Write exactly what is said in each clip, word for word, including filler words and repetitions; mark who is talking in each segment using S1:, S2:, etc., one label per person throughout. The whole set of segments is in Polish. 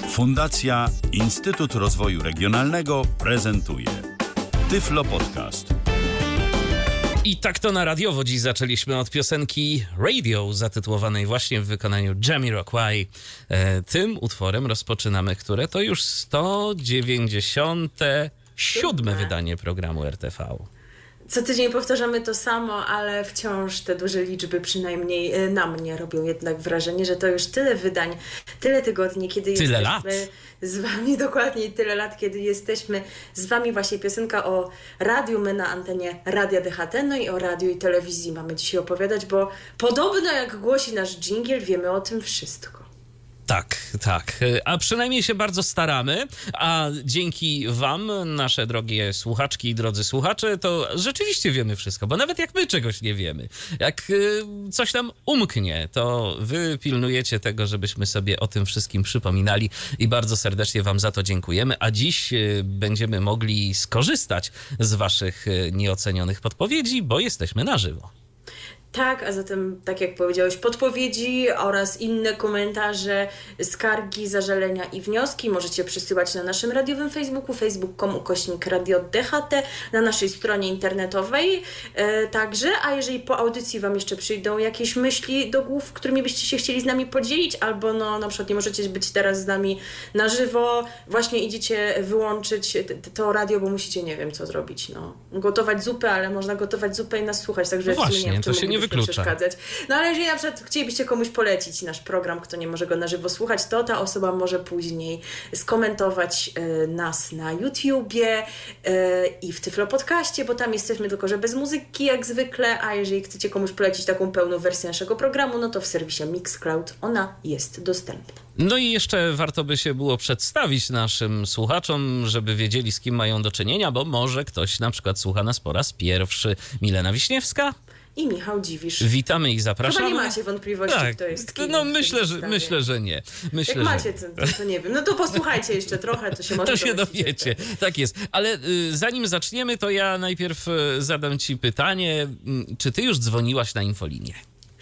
S1: Fundacja Instytut Rozwoju Regionalnego prezentuje Tyflo Podcast.
S2: I tak to na radiowo dziś zaczęliśmy od piosenki Radio, zatytułowanej właśnie w wykonaniu Jamiroquai. E, tym utworem rozpoczynamy, które to już sto dziewięćdziesiąte siódme wydanie programu R T V.
S3: Co tydzień powtarzamy to samo, ale wciąż te duże liczby przynajmniej na mnie robią jednak wrażenie, że to już tyle wydań, tyle tygodni, kiedy
S2: tyle
S3: jesteśmy
S2: lat.
S3: z wami, dokładnie tyle lat, kiedy jesteśmy z wami. Właśnie piosenka o radiu, my na antenie Radia D H T, no i o radiu i telewizji mamy dzisiaj opowiadać, bo podobno jak głosi nasz dżingiel, wiemy o tym wszystko.
S2: Tak, tak. A przynajmniej się bardzo staramy, a dzięki wam, nasze drogie słuchaczki i drodzy słuchacze, to rzeczywiście wiemy wszystko, bo nawet jak my czegoś nie wiemy, jak coś nam umknie, to wy pilnujecie tego, żebyśmy sobie o tym wszystkim przypominali i bardzo serdecznie wam za to dziękujemy, a dziś będziemy mogli skorzystać z waszych nieocenionych podpowiedzi, bo jesteśmy na żywo.
S3: Tak, a zatem, tak jak powiedziałeś, podpowiedzi oraz inne komentarze, skargi, zażalenia i wnioski możecie przysyłać na naszym radiowym Facebooku, facebook kropka com ukośnik radio D H T, na naszej stronie internetowej e, także, a jeżeli po audycji wam jeszcze przyjdą jakieś myśli do głów, którymi byście się chcieli z nami podzielić, albo no na przykład nie możecie być teraz z nami na żywo, właśnie idziecie wyłączyć to radio, bo musicie, nie wiem co zrobić, no, gotować zupę, ale można gotować zupę i nas słuchać, także
S2: no właśnie,
S3: nie wiem,
S2: to się nie wyklucza.
S3: Przeszkadzać. No ale jeżeli na przykład chcielibyście komuś polecić nasz program, kto nie może go na żywo słuchać, to ta osoba może później skomentować y, nas na YouTubie y, i w Tyflo Podcaście, bo tam jesteśmy tylko, że bez muzyki jak zwykle, a jeżeli chcecie komuś polecić taką pełną wersję naszego programu, no to w serwisie Mixcloud ona jest dostępna.
S2: No i jeszcze warto by się było przedstawić naszym słuchaczom, żeby wiedzieli, z kim mają do czynienia, bo może ktoś na przykład słucha nas po raz pierwszy. Milena Wiśniewska
S3: i Michał Dziwisz.
S2: Witamy i zapraszamy.
S3: Chyba nie macie wątpliwości,
S2: tak,
S3: kto jest kim.
S2: No myślę, że, myślę, że nie. Myślę,
S3: Jak macie, to, to, to nie wiem. No to posłuchajcie jeszcze trochę, to się może
S2: To się dowiecie, tak jest. Ale y, zanim zaczniemy, to ja najpierw y, zadam ci pytanie. Y, czy ty już dzwoniłaś na infolinię?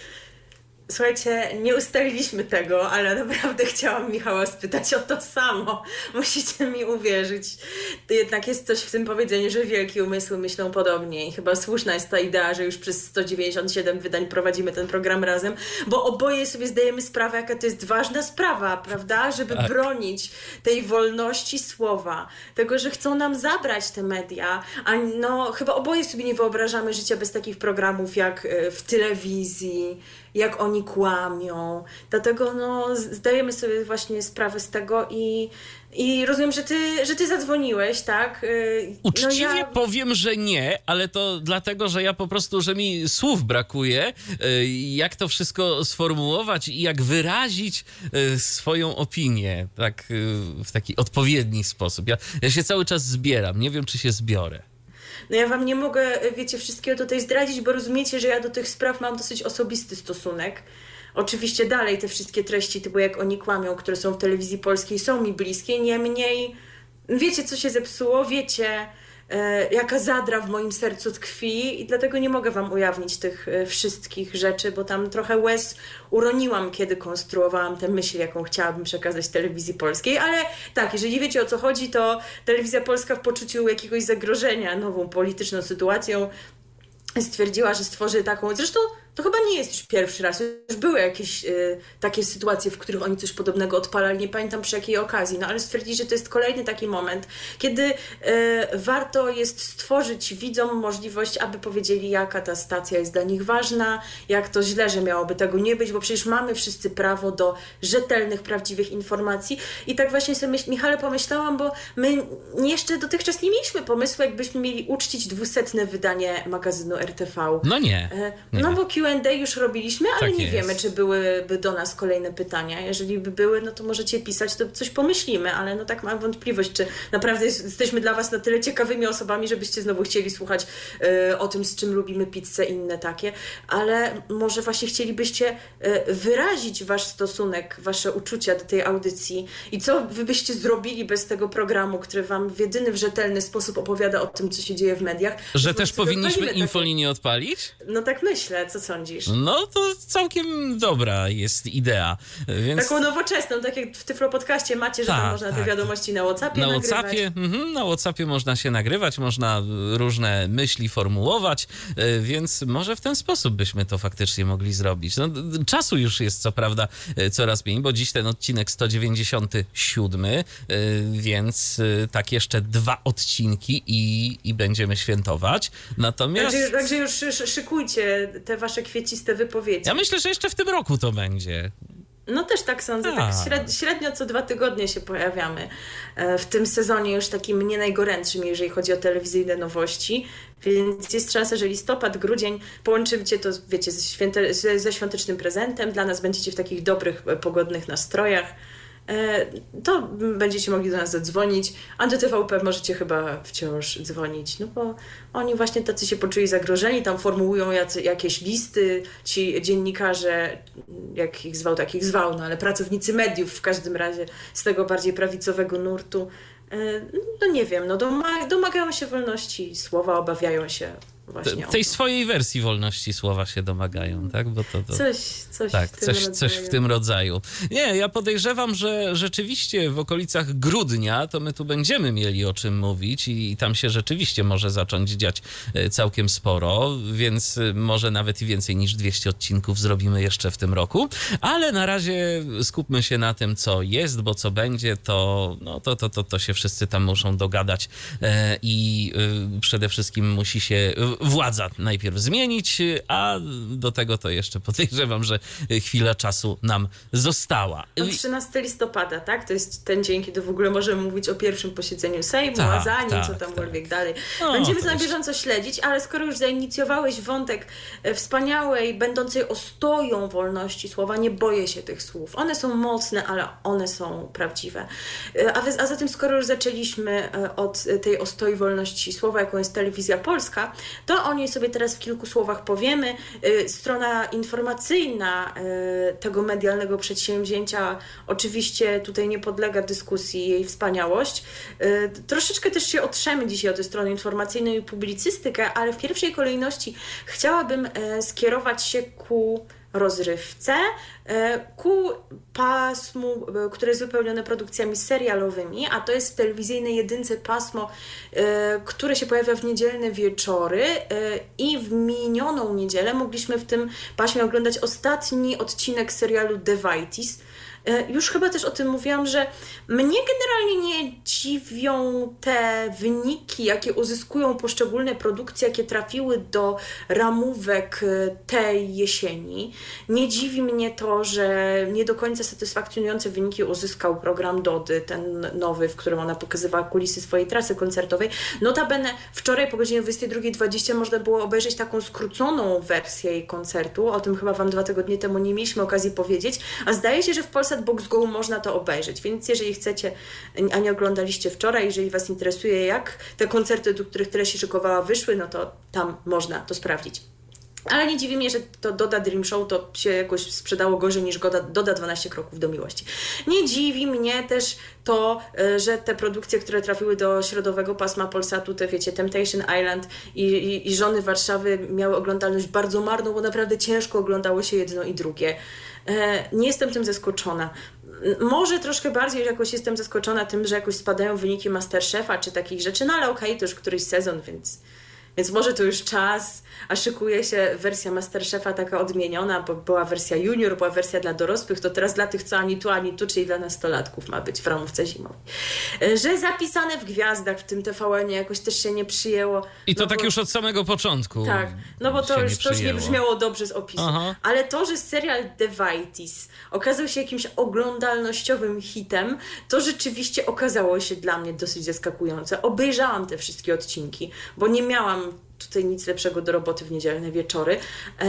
S3: Słuchajcie, nie ustaliliśmy tego, ale naprawdę chciałam Michała spytać o to samo. Musicie mi uwierzyć. To jednak jest coś w tym powiedzeniu, że wielkie umysły myślą podobnie i chyba słuszna jest ta idea, że już przez sto dziewięćdziesiąt siedem wydań prowadzimy ten program razem, bo oboje sobie zdajemy sprawę, jaka to jest ważna sprawa, prawda? Żeby tak. bronić tej wolności słowa, tego, że chcą nam zabrać te media, a no chyba oboje sobie nie wyobrażamy życia bez takich programów jak w telewizji, jak oni kłamią. Dlatego no, zdajemy sobie właśnie sprawę z tego i, i rozumiem, że ty, że ty zadzwoniłeś, tak?
S2: Uczciwie
S3: no ja...
S2: powiem, że nie, ale to dlatego, że ja po prostu, że mi słów brakuje, jak to wszystko sformułować i jak wyrazić swoją opinię tak, w taki odpowiedni sposób. Ja, ja się cały czas zbieram, nie wiem, czy się zbiorę.
S3: No ja wam nie mogę, wiecie, wszystkiego tutaj zdradzić, bo rozumiecie, że ja do tych spraw mam dosyć osobisty stosunek. Oczywiście dalej te wszystkie treści, typu jak oni kłamią, które są w telewizji polskiej, są mi bliskie, niemniej wiecie, co się zepsuło, wiecie, e, jaka zadra w moim sercu tkwi i dlatego nie mogę wam ujawnić tych e, wszystkich rzeczy, bo tam trochę łez uroniłam, kiedy konstruowałam tę myśl, jaką chciałabym przekazać telewizji polskiej, ale tak, jeżeli wiecie, o co chodzi, to telewizja polska w poczuciu jakiegoś zagrożenia nową polityczną sytuacją stwierdziła, że stworzy taką, zresztą to chyba nie jest już pierwszy raz, już były jakieś y, takie sytuacje, w których oni coś podobnego odpalali, nie pamiętam przy jakiej okazji, no ale stwierdzili, że to jest kolejny taki moment, kiedy y, warto jest stworzyć widzom możliwość, aby powiedzieli, jaka ta stacja jest dla nich ważna, jak to źle, że miałoby tego nie być, bo przecież mamy wszyscy prawo do rzetelnych, prawdziwych informacji i tak właśnie sobie, myśl, Michale, pomyślałam, bo my jeszcze dotychczas nie mieliśmy pomysłu, jakbyśmy mieli uczcić dwusetne wydanie magazynu R T V.
S2: No nie.
S3: Y, no nie. Bo Q and A już robiliśmy, ale
S2: tak
S3: nie
S2: jest.
S3: wiemy, czy byłyby do nas kolejne pytania. Jeżeli by były, no to możecie pisać, to coś pomyślimy, ale no tak mam wątpliwość, czy naprawdę jest, jesteśmy dla was na tyle ciekawymi osobami, żebyście znowu chcieli słuchać y, o tym, z czym lubimy pizzę i inne takie, ale może właśnie chcielibyście y, wyrazić wasz stosunek, wasze uczucia do tej audycji i co wy byście zrobili bez tego programu, który wam w jedyny, w rzetelny sposób opowiada o tym, co się dzieje w mediach.
S2: Że też powinniśmy infolinię odpalić?
S3: No tak myślę, co sądzisz?
S2: No to całkiem dobra jest idea. Więc...
S3: Taką nowoczesną, tak jak w Tyflo Podcaście macie, że
S2: tak,
S3: tam można
S2: tak.
S3: te wiadomości na WhatsAppie
S2: na
S3: nagrywać.
S2: WhatsAppie, mhm, na WhatsAppie można się nagrywać, można różne myśli formułować, więc może w ten sposób byśmy to faktycznie mogli zrobić. No, czasu już jest co prawda coraz mniej, bo dziś ten odcinek sto dziewięćdziesiąty siódmy, więc tak jeszcze dwa odcinki i, i będziemy świętować. Natomiast...
S3: Także, także już szykujcie te wasze kwieciste wypowiedzi.
S2: Ja myślę, że jeszcze w tym roku to będzie.
S3: No też tak sądzę, tak średnio, średnio co dwa tygodnie się pojawiamy w tym sezonie już takim nie najgorętszym, jeżeli chodzi o telewizyjne nowości, więc jest szansa, że listopad, grudzień połączycie to, wiecie, ze, święte, ze świątecznym prezentem, dla nas będziecie w takich dobrych, pogodnych nastrojach, to będziecie mogli do nas zadzwonić, a do T V P możecie chyba wciąż dzwonić, no bo oni właśnie tacy się poczuli zagrożeni, tam formułują jacy, jakieś listy, ci dziennikarze, jak ich zwał, takich zwał, no ale pracownicy mediów w każdym razie z tego bardziej prawicowego nurtu, no nie wiem, no domagają się wolności słowa, obawiają się właśnie
S2: tej swojej wersji wolności słowa się domagają, tak? Bo to, to...
S3: Coś, coś,
S2: tak,
S3: w tym
S2: coś, coś w tym rodzaju. Nie, ja podejrzewam, że rzeczywiście w okolicach grudnia to my tu będziemy mieli o czym mówić i, i tam się rzeczywiście może zacząć dziać całkiem sporo, więc może nawet i więcej niż dwieście odcinków zrobimy jeszcze w tym roku, ale na razie skupmy się na tym, co jest, bo co będzie, to, no, to, to, to, to się wszyscy tam muszą dogadać e, i e, przede wszystkim musi się władza najpierw zmienić, a do tego to jeszcze podejrzewam, że chwila czasu nam została.
S3: No, trzynastego listopada, tak? To jest ten dzień, kiedy w ogóle możemy mówić o pierwszym posiedzeniu Sejmu,
S2: tak,
S3: a zanim
S2: tak,
S3: co tamkolwiek
S2: tak.
S3: dalej.
S2: No,
S3: Będziemy to na
S2: jest...
S3: bieżąco śledzić, ale skoro już zainicjowałeś wątek wspaniałej, będącej ostoją wolności słowa, nie boję się tych słów. One są mocne, ale one są prawdziwe. A, a zatem skoro już zaczęliśmy od tej ostoi wolności słowa, jaką jest Telewizja Polska, to o niej sobie teraz w kilku słowach powiemy. Strona informacyjna tego medialnego przedsięwzięcia oczywiście tutaj nie podlega dyskusji jej wspaniałość. Troszeczkę też się otrzemy dzisiaj o tę stronę informacyjną i publicystykę, ale w pierwszej kolejności chciałabym skierować się ku rozrywce, ku pasmu, które jest wypełnione produkcjami serialowymi, a to jest w telewizyjnej jedynce pasmo, które się pojawia w niedzielne wieczory i w minioną niedzielę mogliśmy w tym paśmie oglądać ostatni odcinek serialu The Vitis. Już chyba też o tym mówiłam, że mnie generalnie nie dziwią te wyniki, jakie uzyskują poszczególne produkcje, jakie trafiły do ramówek tej jesieni. Nie dziwi mnie to, że nie do końca satysfakcjonujące wyniki uzyskał program Dody, ten nowy, w którym ona pokazywała kulisy swojej trasy koncertowej. Notabene wczoraj po godzinie dwudziestej drugiej dwadzieścia można było obejrzeć taką skróconą wersję jej koncertu. O tym chyba Wam dwa tygodnie temu nie mieliśmy okazji powiedzieć, a zdaje się, że w Polsat Box Go można to obejrzeć, więc jeżeli chcecie, a nie oglądaliście wczoraj, jeżeli Was interesuje, jak te koncerty, do których tyle się szykowała, wyszły, no to tam można to sprawdzić. Ale nie dziwi mnie, że to Doda Dream Show to się jakoś sprzedało gorzej niż Doda, Doda dwanaście kroków do miłości. Nie dziwi mnie też to, że te produkcje, które trafiły do środowego pasma Polsatu, te wiecie, Temptation Island i, i, i Żony Warszawy miały oglądalność bardzo marną, bo naprawdę ciężko oglądało się jedno i drugie. Nie jestem tym zaskoczona. Może troszkę bardziej jakoś jestem zaskoczona tym, że jakoś spadają wyniki MasterChefa czy takich rzeczy, no ale okej, okay, to już któryś sezon, więc... Więc może to już czas, a szykuje się wersja MasterChefa taka odmieniona, bo była wersja junior, była wersja dla dorosłych, to teraz dla tych, co ani tu, ani tu, czyli dla nastolatków ma być w ramówce zimowej. Że zapisane w gwiazdach w tym T V N-ie jakoś też się nie przyjęło.
S2: I to
S3: no
S2: tak
S3: bo,
S2: już od samego początku.
S3: Tak, no bo to już, to już nie brzmiało dobrze z opisu.
S2: Aha.
S3: Ale to, że serial The Vitis okazał się jakimś oglądalnościowym hitem, to rzeczywiście okazało się dla mnie dosyć zaskakujące. Obejrzałam te wszystkie odcinki, bo nie miałam tutaj nic lepszego do roboty w niedzielne wieczory.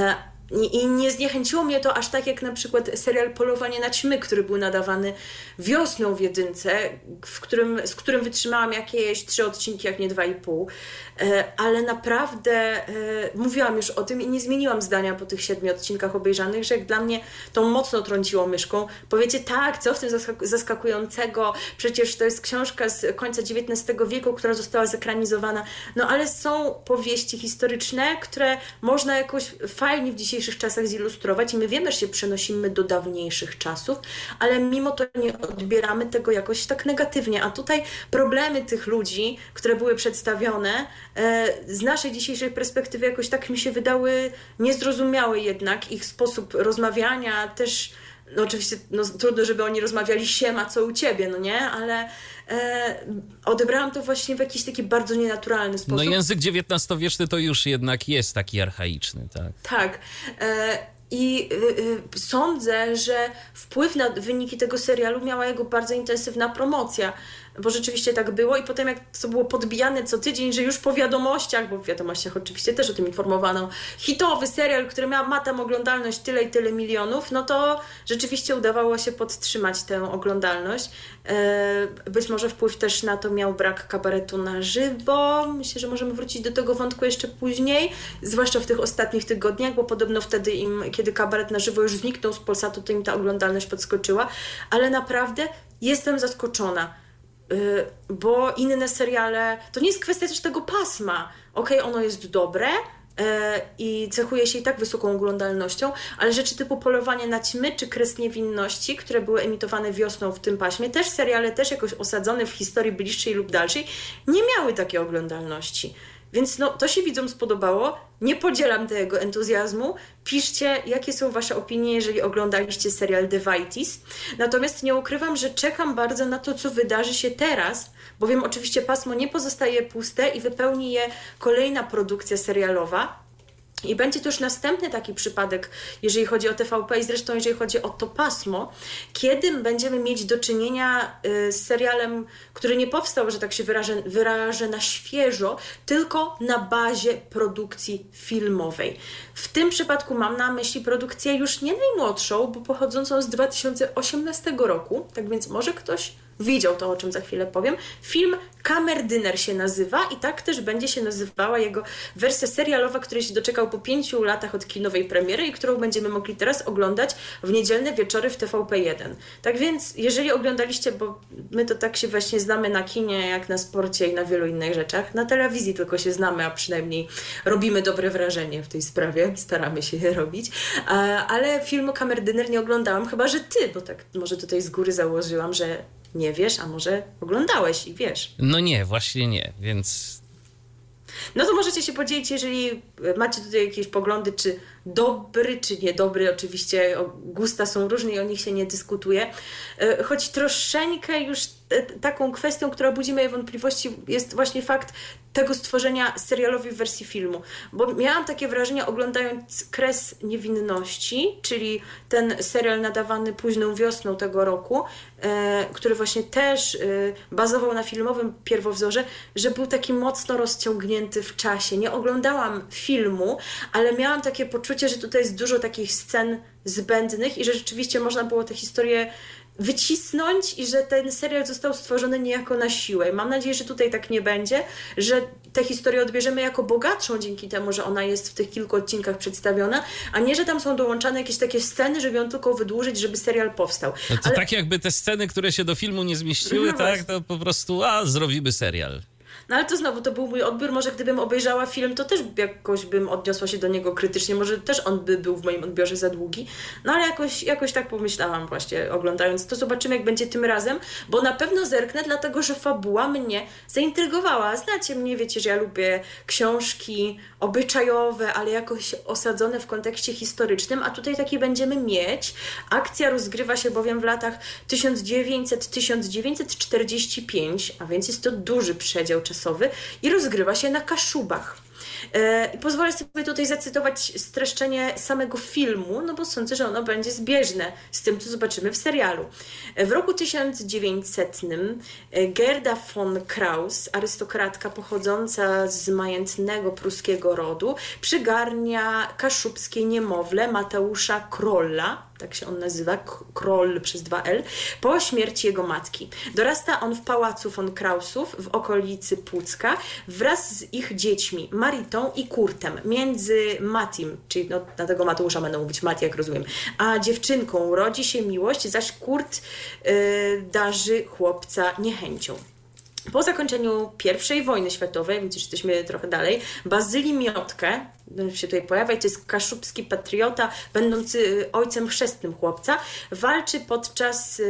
S3: I nie zniechęciło mnie to aż tak jak na przykład serial Polowanie na ćmy, który był nadawany wiosną w jedynce, w którym, z którym wytrzymałam jakieś trzy odcinki, jak nie dwa i pół. Ale naprawdę mówiłam już o tym i nie zmieniłam zdania po tych siedmiu odcinkach obejrzanych, że jak dla mnie to mocno trąciło myszką. Powiecie, tak, co w tym zaskakującego? Przecież to jest książka z końca dziewiętnastego wieku, która została zekranizowana. No ale są powieści historyczne, które można jakoś fajnie w dzisiejszym dzisiejszych czasach zilustrować i my wiemy, że się przenosimy do dawniejszych czasów, ale mimo to nie odbieramy tego jakoś tak negatywnie, a tutaj problemy tych ludzi, które były przedstawione, z naszej dzisiejszej perspektywy jakoś tak mi się wydały niezrozumiałe jednak, ich sposób rozmawiania też. No oczywiście no, trudno, żeby oni rozmawiali siema, co u ciebie, no nie? Ale e, odebrałam to właśnie w jakiś taki bardzo nienaturalny sposób.
S2: No język dziewiętnastowieczny to już jednak jest taki archaiczny, tak?
S3: Tak. E, I y, y, sądzę, że wpływ na wyniki tego serialu miała jego bardzo intensywna promocja, bo rzeczywiście tak było i potem jak to było podbijane co tydzień, że już po wiadomościach, bo w wiadomościach oczywiście też o tym informowano, hitowy serial, który ma, ma tam oglądalność tyle i tyle milionów, no to rzeczywiście udawało się podtrzymać tę oglądalność. E, być może wpływ też na to miał brak kabaretu na żywo. Myślę, że możemy wrócić do tego wątku jeszcze później, zwłaszcza w tych ostatnich tygodniach, bo podobno wtedy im, kiedy kabaret na żywo już zniknął z Polsatu, to im ta oglądalność podskoczyła, ale naprawdę jestem zaskoczona. Bo inne seriale, to nie jest kwestia też tego pasma. Okej, ono jest dobre yy, i cechuje się i tak wysoką oglądalnością, ale rzeczy typu Polowanie na ćmy czy Kres Niewinności, które były emitowane wiosną w tym paśmie, też seriale, też jakoś osadzone w historii bliższej lub dalszej, nie miały takiej oglądalności. Więc no, to się widzom spodobało. Nie podzielam tego entuzjazmu. Piszcie, jakie są wasze opinie, jeżeli oglądaliście serial The Whiteys. Natomiast nie ukrywam, że czekam bardzo na to, co wydarzy się teraz, bowiem oczywiście pasmo nie pozostaje puste i wypełni je kolejna produkcja serialowa. I będzie to już następny taki przypadek, jeżeli chodzi o T V P i zresztą jeżeli chodzi o to pasmo, kiedy będziemy mieć do czynienia z serialem, który nie powstał, że tak się wyrażę, wyrażę na świeżo, tylko na bazie produkcji filmowej. W tym przypadku mam na myśli produkcję już nie najmłodszą, bo pochodzącą z dwa tysiące osiemnastego roku, tak więc może ktoś widział to, o czym za chwilę powiem. Film Kamerdyner się nazywa i tak też będzie się nazywała jego wersja serialowa, której się doczekał po pięciu latach od kinowej premiery i którą będziemy mogli teraz oglądać w niedzielne wieczory w T V P jeden. Tak więc, jeżeli oglądaliście, bo my to tak się właśnie znamy na kinie, jak na sporcie i na wielu innych rzeczach, na telewizji tylko się znamy, a przynajmniej robimy dobre wrażenie w tej sprawie, staramy się je robić, ale filmu Kamerdyner nie oglądałam, chyba że ty, bo tak może tutaj z góry założyłam, że nie wiesz, a może oglądałeś i wiesz.
S2: No nie, właśnie nie, więc...
S3: No to możecie się podzielić, jeżeli macie tutaj jakieś poglądy, czy dobry, czy niedobry. Oczywiście gusta są różne i o nich się nie dyskutuje. Choć troszeczkę już taką kwestią, która budzi moje wątpliwości, jest właśnie fakt tego stworzenia serialowej wersji filmu. Bo miałam takie wrażenie, oglądając Kres Niewinności, czyli ten serial nadawany późną wiosną tego roku, e, który właśnie też e, bazował na filmowym pierwowzorze, że był taki mocno rozciągnięty w czasie. Nie oglądałam filmu, ale miałam takie poczucie, że tutaj jest dużo takich scen zbędnych i że rzeczywiście można było tę historię wycisnąć i że ten serial został stworzony niejako na siłę. Mam nadzieję, że tutaj tak nie będzie, że tę historię odbierzemy jako bogatszą dzięki temu, że ona jest w tych kilku odcinkach przedstawiona, a nie, że tam są dołączane jakieś takie sceny, żeby ją tylko wydłużyć, żeby serial powstał.
S2: No to
S3: Ale...
S2: tak jakby te sceny, które się do filmu nie zmieściły,
S3: no
S2: tak, to po prostu, a zrobimy serial.
S3: No ale to znowu, to był mój odbiór, może gdybym obejrzała film, to też jakoś bym odniosła się do niego krytycznie, może też on by był w moim odbiorze za długi, no ale jakoś, jakoś tak pomyślałam właśnie oglądając to, zobaczymy jak będzie tym razem, bo na pewno zerknę, dlatego że fabuła mnie zaintrygowała. Znacie mnie, wiecie, że ja lubię książki obyczajowe, ale jakoś osadzone w kontekście historycznym, a tutaj taki będziemy mieć. Akcja rozgrywa się bowiem w latach tysiąc dziewięćset do tysiąc dziewięćset czterdziestego piątego, a więc jest to duży przedział czasowy i rozgrywa się na Kaszubach. I pozwolę sobie tutaj zacytować streszczenie samego filmu, no bo sądzę, że ono będzie zbieżne z tym, co zobaczymy w serialu. W roku tysiąc dziewięćsetnym Gerda von Kraus, arystokratka pochodząca z majętnego pruskiego rodu, przygarnia kaszubskie niemowlę Mateusza Krolla, tak się on nazywa, Kroll przez dwa L, po śmierci jego matki. Dorasta on w pałacu von Krausów w okolicy Pucka wraz z ich dziećmi, Maritą i Kurtem. Między Matim, czyli no, na tego Mateusza będą mówić Mati, jak rozumiem, a dziewczynką rodzi się miłość, zaś Kurt yy, darzy chłopca niechęcią. Po zakończeniu pierwszej wojny światowej, więc już jesteśmy trochę dalej, Bazyli Miotkę, się tutaj pojawia. To jest kaszubski patriota, będący ojcem chrzestnym chłopca. Walczy podczas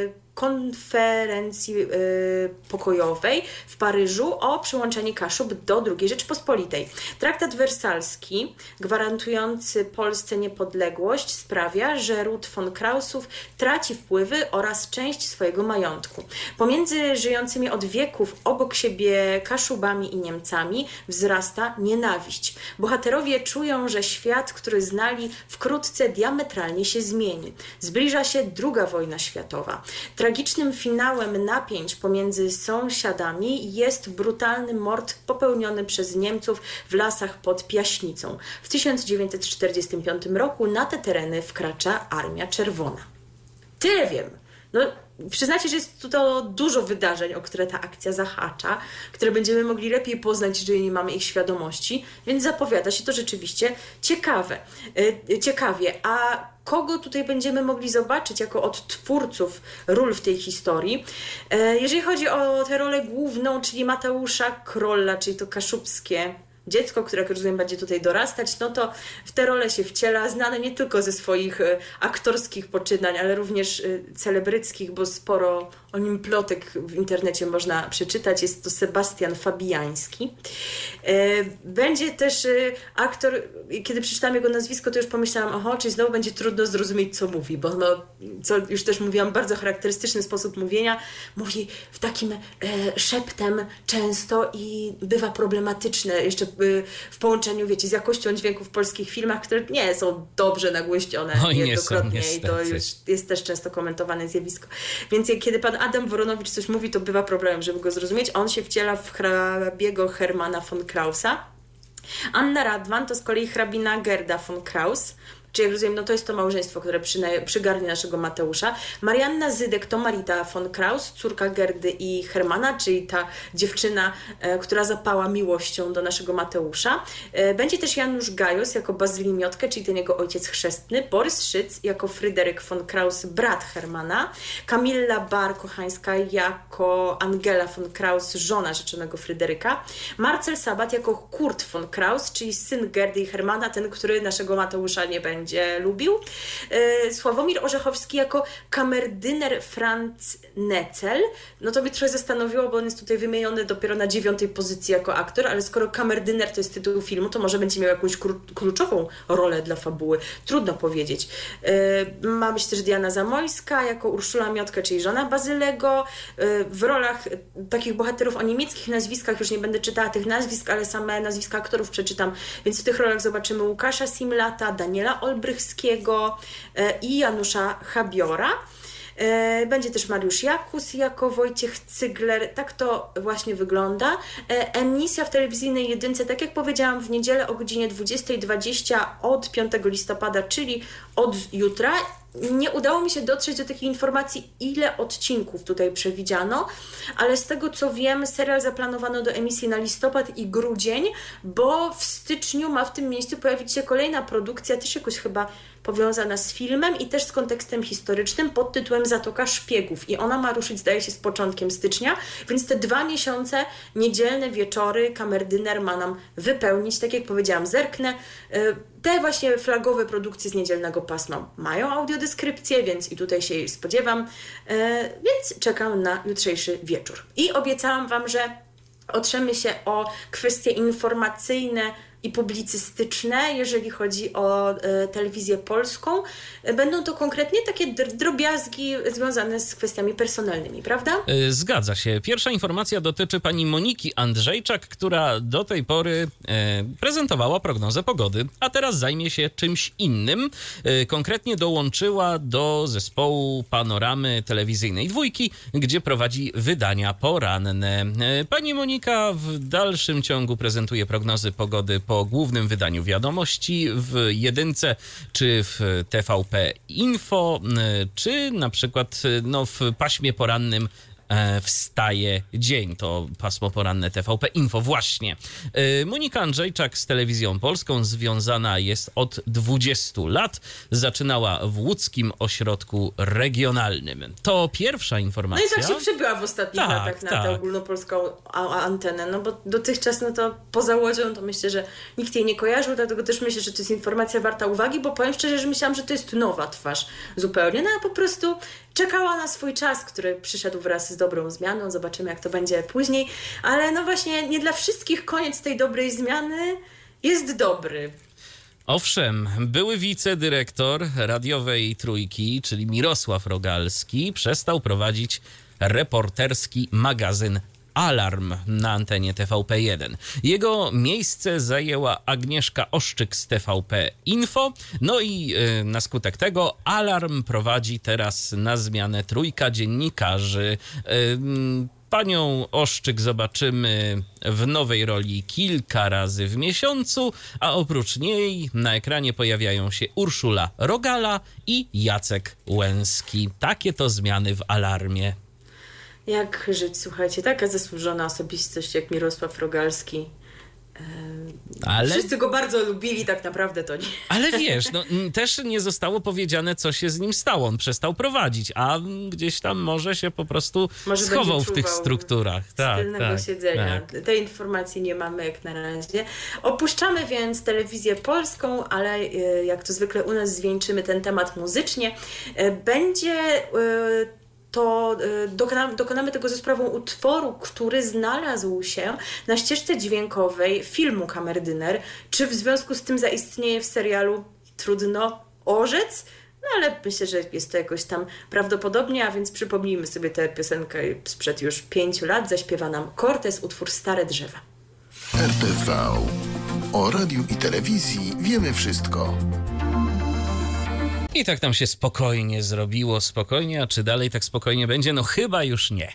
S3: konferencji y, pokojowej w Paryżu o przyłączenie Kaszub do drugiej Rzeczpospolitej. Traktat wersalski, gwarantujący Polsce niepodległość, sprawia, że ród von Krausów traci wpływy oraz część swojego majątku. Pomiędzy żyjącymi od wieków obok siebie Kaszubami i Niemcami wzrasta nienawiść. Bohaterowie czują, że świat, który znali, wkrótce diametralnie się zmieni. Zbliża się druga wojna światowa. Tragicznym finałem napięć pomiędzy sąsiadami jest brutalny mord popełniony przez Niemców w lasach pod Piaśnicą. W tysiąc dziewięćset czterdziestym piątym roku na te tereny wkracza Armia Czerwona. Tyle wiem. No, przyznacie, że jest tu to dużo wydarzeń, o które ta akcja zahacza, które będziemy mogli lepiej poznać, jeżeli nie mamy ich świadomości, więc zapowiada się to rzeczywiście ciekawe, yy, ciekawie. A kogo tutaj będziemy mogli zobaczyć jako odtwórców ról w tej historii? Yy, jeżeli chodzi o tę rolę główną, czyli Mateusza Krolla, czyli to kaszubskie dziecko, które, jak rozumiem, będzie tutaj dorastać, no to w tę rolę się wciela, znane nie tylko ze swoich y, aktorskich poczynań, ale również y, celebryckich, bo sporo o nim plotek w internecie można przeczytać. Jest to Sebastian Fabiański. Y, będzie też y, aktor, kiedy przeczytałam jego nazwisko, to już pomyślałam, oho, czyli znowu będzie trudno zrozumieć, co mówi, bo no, co już też mówiłam, bardzo charakterystyczny sposób mówienia. Mówi w takim y, szeptem często i bywa problematyczne, jeszcze w połączeniu, wiecie, z jakością dźwięku w polskich filmach, które nie są dobrze nagłośnione
S2: Oj,
S3: niejednokrotnie
S2: nie są,
S3: i to już jest też często komentowane zjawisko. Więc kiedy pan Adam Woronowicz coś mówi, to bywa problemem, żeby go zrozumieć. On się wciela w hrabiego Hermana von Krausa. Anna Radwan to z kolei hrabina Gerda von Kraus. Czyli jak rozumiem, no to jest to małżeństwo, które przyna- przygarnie naszego Mateusza. Marianna Zydek to Marita von Kraus, córka Gerdy i Hermana, czyli ta dziewczyna, e, która zapała miłością do naszego Mateusza. E, będzie też Janusz Gajos jako Bazyli Miotkę, czyli ten jego ojciec chrzestny. Borys Szyc jako Fryderyk von Kraus, brat Hermana. Kamilla Bar-Kochańska jako Angela von Kraus, żona rzeczonego Fryderyka. Marcel Sabat jako Kurt von Kraus, czyli syn Gerdy i Hermana, ten, który naszego Mateusza nie będzie będzie lubił. Sławomir Orzechowski jako kamerdyner Franz Necel. No to mnie trochę zastanowiło, bo on jest tutaj wymieniony dopiero na dziewiątej pozycji jako aktor, ale skoro kamerdyner to jest tytuł filmu, to może będzie miał jakąś kluczową rolę dla fabuły. Trudno powiedzieć. Ma być też Diana Zamojska jako Urszula Miotka, czyli żona Bazylego. W rolach takich bohaterów o niemieckich nazwiskach, już nie będę czytała tych nazwisk, ale same nazwiska aktorów przeczytam, więc w tych rolach zobaczymy Łukasza Simlata, Daniela Olbrychskiego i Janusza Chabiora. Będzie też Mariusz Jakus jako Wojciech Cygler. Tak to właśnie wygląda. Emisja w telewizyjnej jedynce, tak jak powiedziałam, w niedzielę o godzinie dwudziestej dwadzieścia od piątego listopada, czyli od jutra. Nie udało mi się dotrzeć do takiej informacji, ile odcinków tutaj przewidziano, ale z tego co wiem, serial zaplanowano do emisji na listopad i grudzień, bo w styczniu ma w tym miejscu pojawić się kolejna produkcja, też jakoś chyba powiązana z filmem i też z kontekstem historycznym pod tytułem Zatoka Szpiegów. I ona ma ruszyć, zdaje się, z początkiem stycznia, więc te dwa miesiące, niedzielne wieczory kamerdyner ma nam wypełnić. Tak jak powiedziałam, zerknę. Te właśnie flagowe produkcje z niedzielnego pasma mają audiodeskrypcję, więc i tutaj się jej spodziewam, więc czekam na jutrzejszy wieczór. I obiecałam Wam, że otrzemy się o kwestie informacyjne i publicystyczne, jeżeli chodzi o e, telewizję polską. Będą to konkretnie takie drobiazgi związane z kwestiami personalnymi, prawda?
S2: Zgadza się. Pierwsza informacja dotyczy pani Moniki Andrzejczak, która do tej pory e, prezentowała prognozę pogody, a teraz zajmie się czymś innym. E, konkretnie dołączyła do zespołu Panoramy Telewizyjnej Dwójki, gdzie prowadzi wydania poranne. E, pani Monika w dalszym ciągu prezentuje prognozy pogody po głównym wydaniu wiadomości w jedynce, czy w T V P Info, czy na przykład no, w paśmie porannym e, wstaje dzień. To pasmo poranne T V P Info. Właśnie. E, Monika Andrzejczak z Telewizją Polską związana jest od dwudziestu lat. Zaczynała w łódzkim ośrodku regionalnym. To pierwsza informacja.
S3: No i tak się przebiła w ostatnich
S2: tak,
S3: latach na
S2: tak.
S3: tę ogólnopolską a- a- antenę, no bo dotychczas, no to poza Łodzią, to myślę, że nikt jej nie kojarzył, dlatego też myślę, że to jest informacja warta uwagi, bo powiem szczerze, że myślałam, że to jest nowa twarz zupełnie, no a po prostu czekała na swój czas, który przyszedł wraz z dobrą zmianą, zobaczymy jak to będzie później, ale no właśnie nie dla wszystkich koniec tej dobrej zmiany jest dobry.
S2: Owszem, były wicedyrektor radiowej Trójki, czyli Mirosław Rogalski, przestał prowadzić reporterski magazyn Alarm na antenie T V P jeden. Jego miejsce zajęła Agnieszka Oszczyk z T V P Info. No i y, na skutek tego Alarm prowadzi teraz na zmianę trójka dziennikarzy. Y, Panią Oszczyk zobaczymy w nowej roli kilka razy w miesiącu, a oprócz niej na ekranie pojawiają się Urszula Rogala i Jacek Łęski. Takie to zmiany w Alarmie.
S3: Jak żyć, słuchajcie, taka zasłużona osobistość jak Mirosław Rogalski.
S2: Ale...
S3: Wszyscy go bardzo lubili, tak naprawdę to nie.
S2: Ale wiesz, no, też nie zostało powiedziane, co się z nim stało. On przestał prowadzić, a gdzieś tam może się po prostu
S3: Może
S2: schował w tych strukturach. Tak,
S3: tylnego
S2: tak,
S3: siedzenia.
S2: tak.
S3: Tej informacji nie mamy jak na razie. Opuszczamy więc telewizję polską, ale e, jak to zwykle u nas zwieńczymy ten temat muzycznie. E, Będzie... e, to dokonamy, dokonamy tego ze sprawą utworu, który znalazł się na ścieżce dźwiękowej filmu Kamerdyner. Czy w związku z tym zaistnieje w serialu? Trudno orzec, no ale myślę, że jest to jakoś tam prawdopodobnie, a więc przypomnijmy sobie tę piosenkę sprzed już pięciu lat. Zaśpiewa nam Cortez, utwór Stare Drzewa.
S4: R T V. O radiu i telewizji wiemy wszystko.
S2: I tak nam się spokojnie zrobiło, spokojnie, a czy dalej tak spokojnie będzie? No chyba już nie.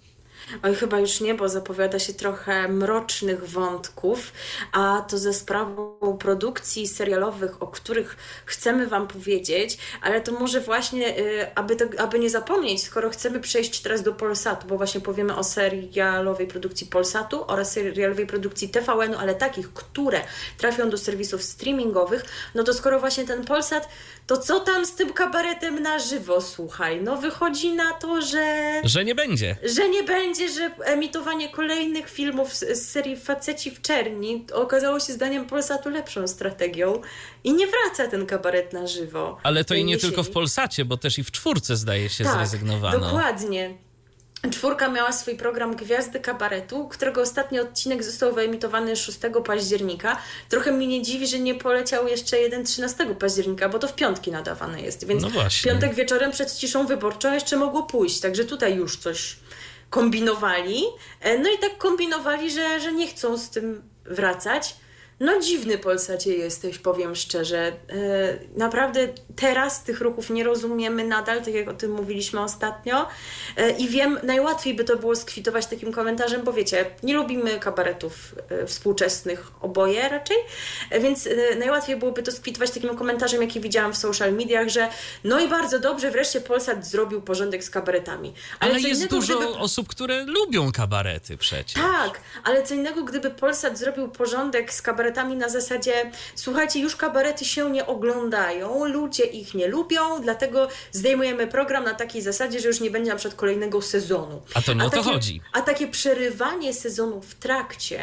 S3: Oj, chyba już nie, bo zapowiada się trochę mrocznych wątków, a to ze sprawą produkcji serialowych, o których chcemy Wam powiedzieć, ale to może właśnie, y, aby, to, aby nie zapomnieć, skoro chcemy przejść teraz do Polsatu, bo właśnie powiemy o serialowej produkcji Polsatu oraz serialowej produkcji T V N-u, ale takich, które trafią do serwisów streamingowych, no to skoro właśnie ten Polsat, to co tam z tym kabaretem na żywo, słuchaj? No wychodzi na to, że...
S2: Że nie będzie.
S3: Że nie będzie, że emitowanie kolejnych filmów z, z serii Faceci w czerni okazało się zdaniem Polsatu lepszą strategią i nie wraca ten kabaret na żywo.
S2: Ale to i nie
S3: jesieni.
S2: tylko w Polsacie, bo też i w Czwórce zdaje się
S3: tak,
S2: zrezygnowano.
S3: Dokładnie. Czwórka miała swój program Gwiazdy Kabaretu, którego ostatni odcinek został wyemitowany szóstego października. Trochę mnie nie dziwi, że nie poleciał jeszcze jeden trzynastego października, bo to w piątki nadawane jest. Więc
S2: no
S3: w piątek wieczorem przed ciszą wyborczą jeszcze mogło pójść. Także tutaj już coś kombinowali. No i tak kombinowali, że, że nie chcą z tym wracać. No dziwny, Polsacie, jesteś, powiem szczerze. Yy, naprawdę teraz tych ruchów nie rozumiemy nadal, tak jak o tym mówiliśmy ostatnio. Yy, I wiem, najłatwiej by to było skwitować takim komentarzem, bo wiecie, nie lubimy kabaretów yy, współczesnych oboje raczej, yy, więc yy, najłatwiej byłoby to skwitować takim komentarzem, jaki widziałam w social mediach, że no i bardzo dobrze, wreszcie Polsat zrobił porządek z kabaretami.
S2: Ale,
S3: ale
S2: jest
S3: innego,
S2: dużo
S3: gdyby...
S2: osób, które lubią kabarety przecież.
S3: Tak, ale co innego, gdyby Polsat zrobił porządek z kabaretami na zasadzie, słuchajcie, już kabarety się nie oglądają, ludzie ich nie lubią, dlatego zdejmujemy program na takiej zasadzie, że już nie będzie na przykład kolejnego sezonu.
S2: A to nie o to
S3: takie,
S2: chodzi.
S3: A takie przerywanie sezonu w trakcie,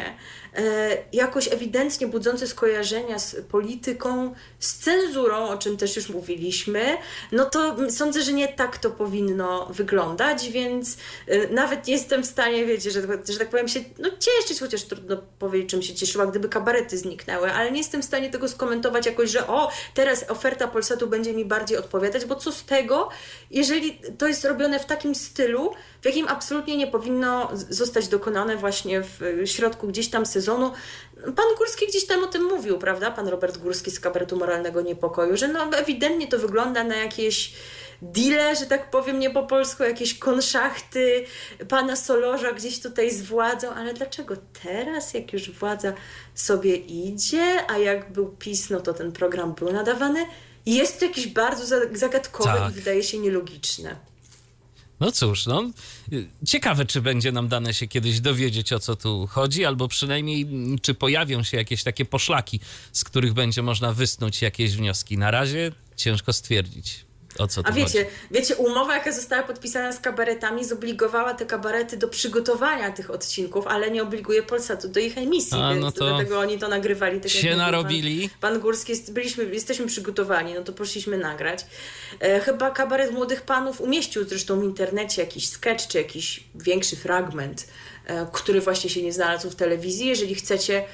S3: e, jakoś ewidentnie budzące skojarzenia z polityką, z cenzurą, o czym też już mówiliśmy, no to sądzę, że nie tak to powinno wyglądać, więc e, nawet nie jestem w stanie, wiecie, że, że tak powiem się, no cieszyć, chociaż trudno powiedzieć, czym się cieszyła, gdyby kabarety zniknęły, ale nie jestem w stanie tego skomentować jakoś, że o, teraz oferta Polsatu będzie mi bardziej odpowiadać, bo co z tego, jeżeli to jest robione w takim stylu, w jakim absolutnie nie powinno zostać dokonane właśnie w środku gdzieś tam sezonu. Pan Górski gdzieś tam o tym mówił, prawda? Pan Robert Górski z kabaretu Moralnego Niepokoju, że no ewidentnie to wygląda na jakieś deale, że tak powiem, nie po polsku, jakieś konszachty pana Solorza gdzieś tutaj z władzą, ale dlaczego teraz, jak już władza sobie idzie, a jak był PiS, no to ten program był nadawany? Jest to jakieś bardzo zagadkowe
S2: tak.
S3: i wydaje się nielogiczne.
S2: No cóż, no ciekawe, czy będzie nam dane się kiedyś dowiedzieć, o co tu chodzi, albo przynajmniej czy pojawią się jakieś takie poszlaki, z których będzie można wysnuć jakieś wnioski. Na razie ciężko stwierdzić, o co tu
S3: A wiecie,
S2: chodzi.
S3: wiecie, umowa, jaka została podpisana z kabaretami, zobligowała te kabarety do przygotowania tych odcinków, ale nie obliguje Polsatu do ich emisji,
S2: A,
S3: więc
S2: no to
S3: dlatego oni to nagrywali. Tak
S2: się
S3: jak
S2: narobili.
S3: Pan, pan Górski, jest, byliśmy, jesteśmy przygotowani, no to poszliśmy nagrać. E, chyba kabaret Młodych Panów umieścił zresztą w internecie jakiś sketch, czy jakiś większy fragment, e, który właśnie się nie znalazł w telewizji. Jeżeli chcecie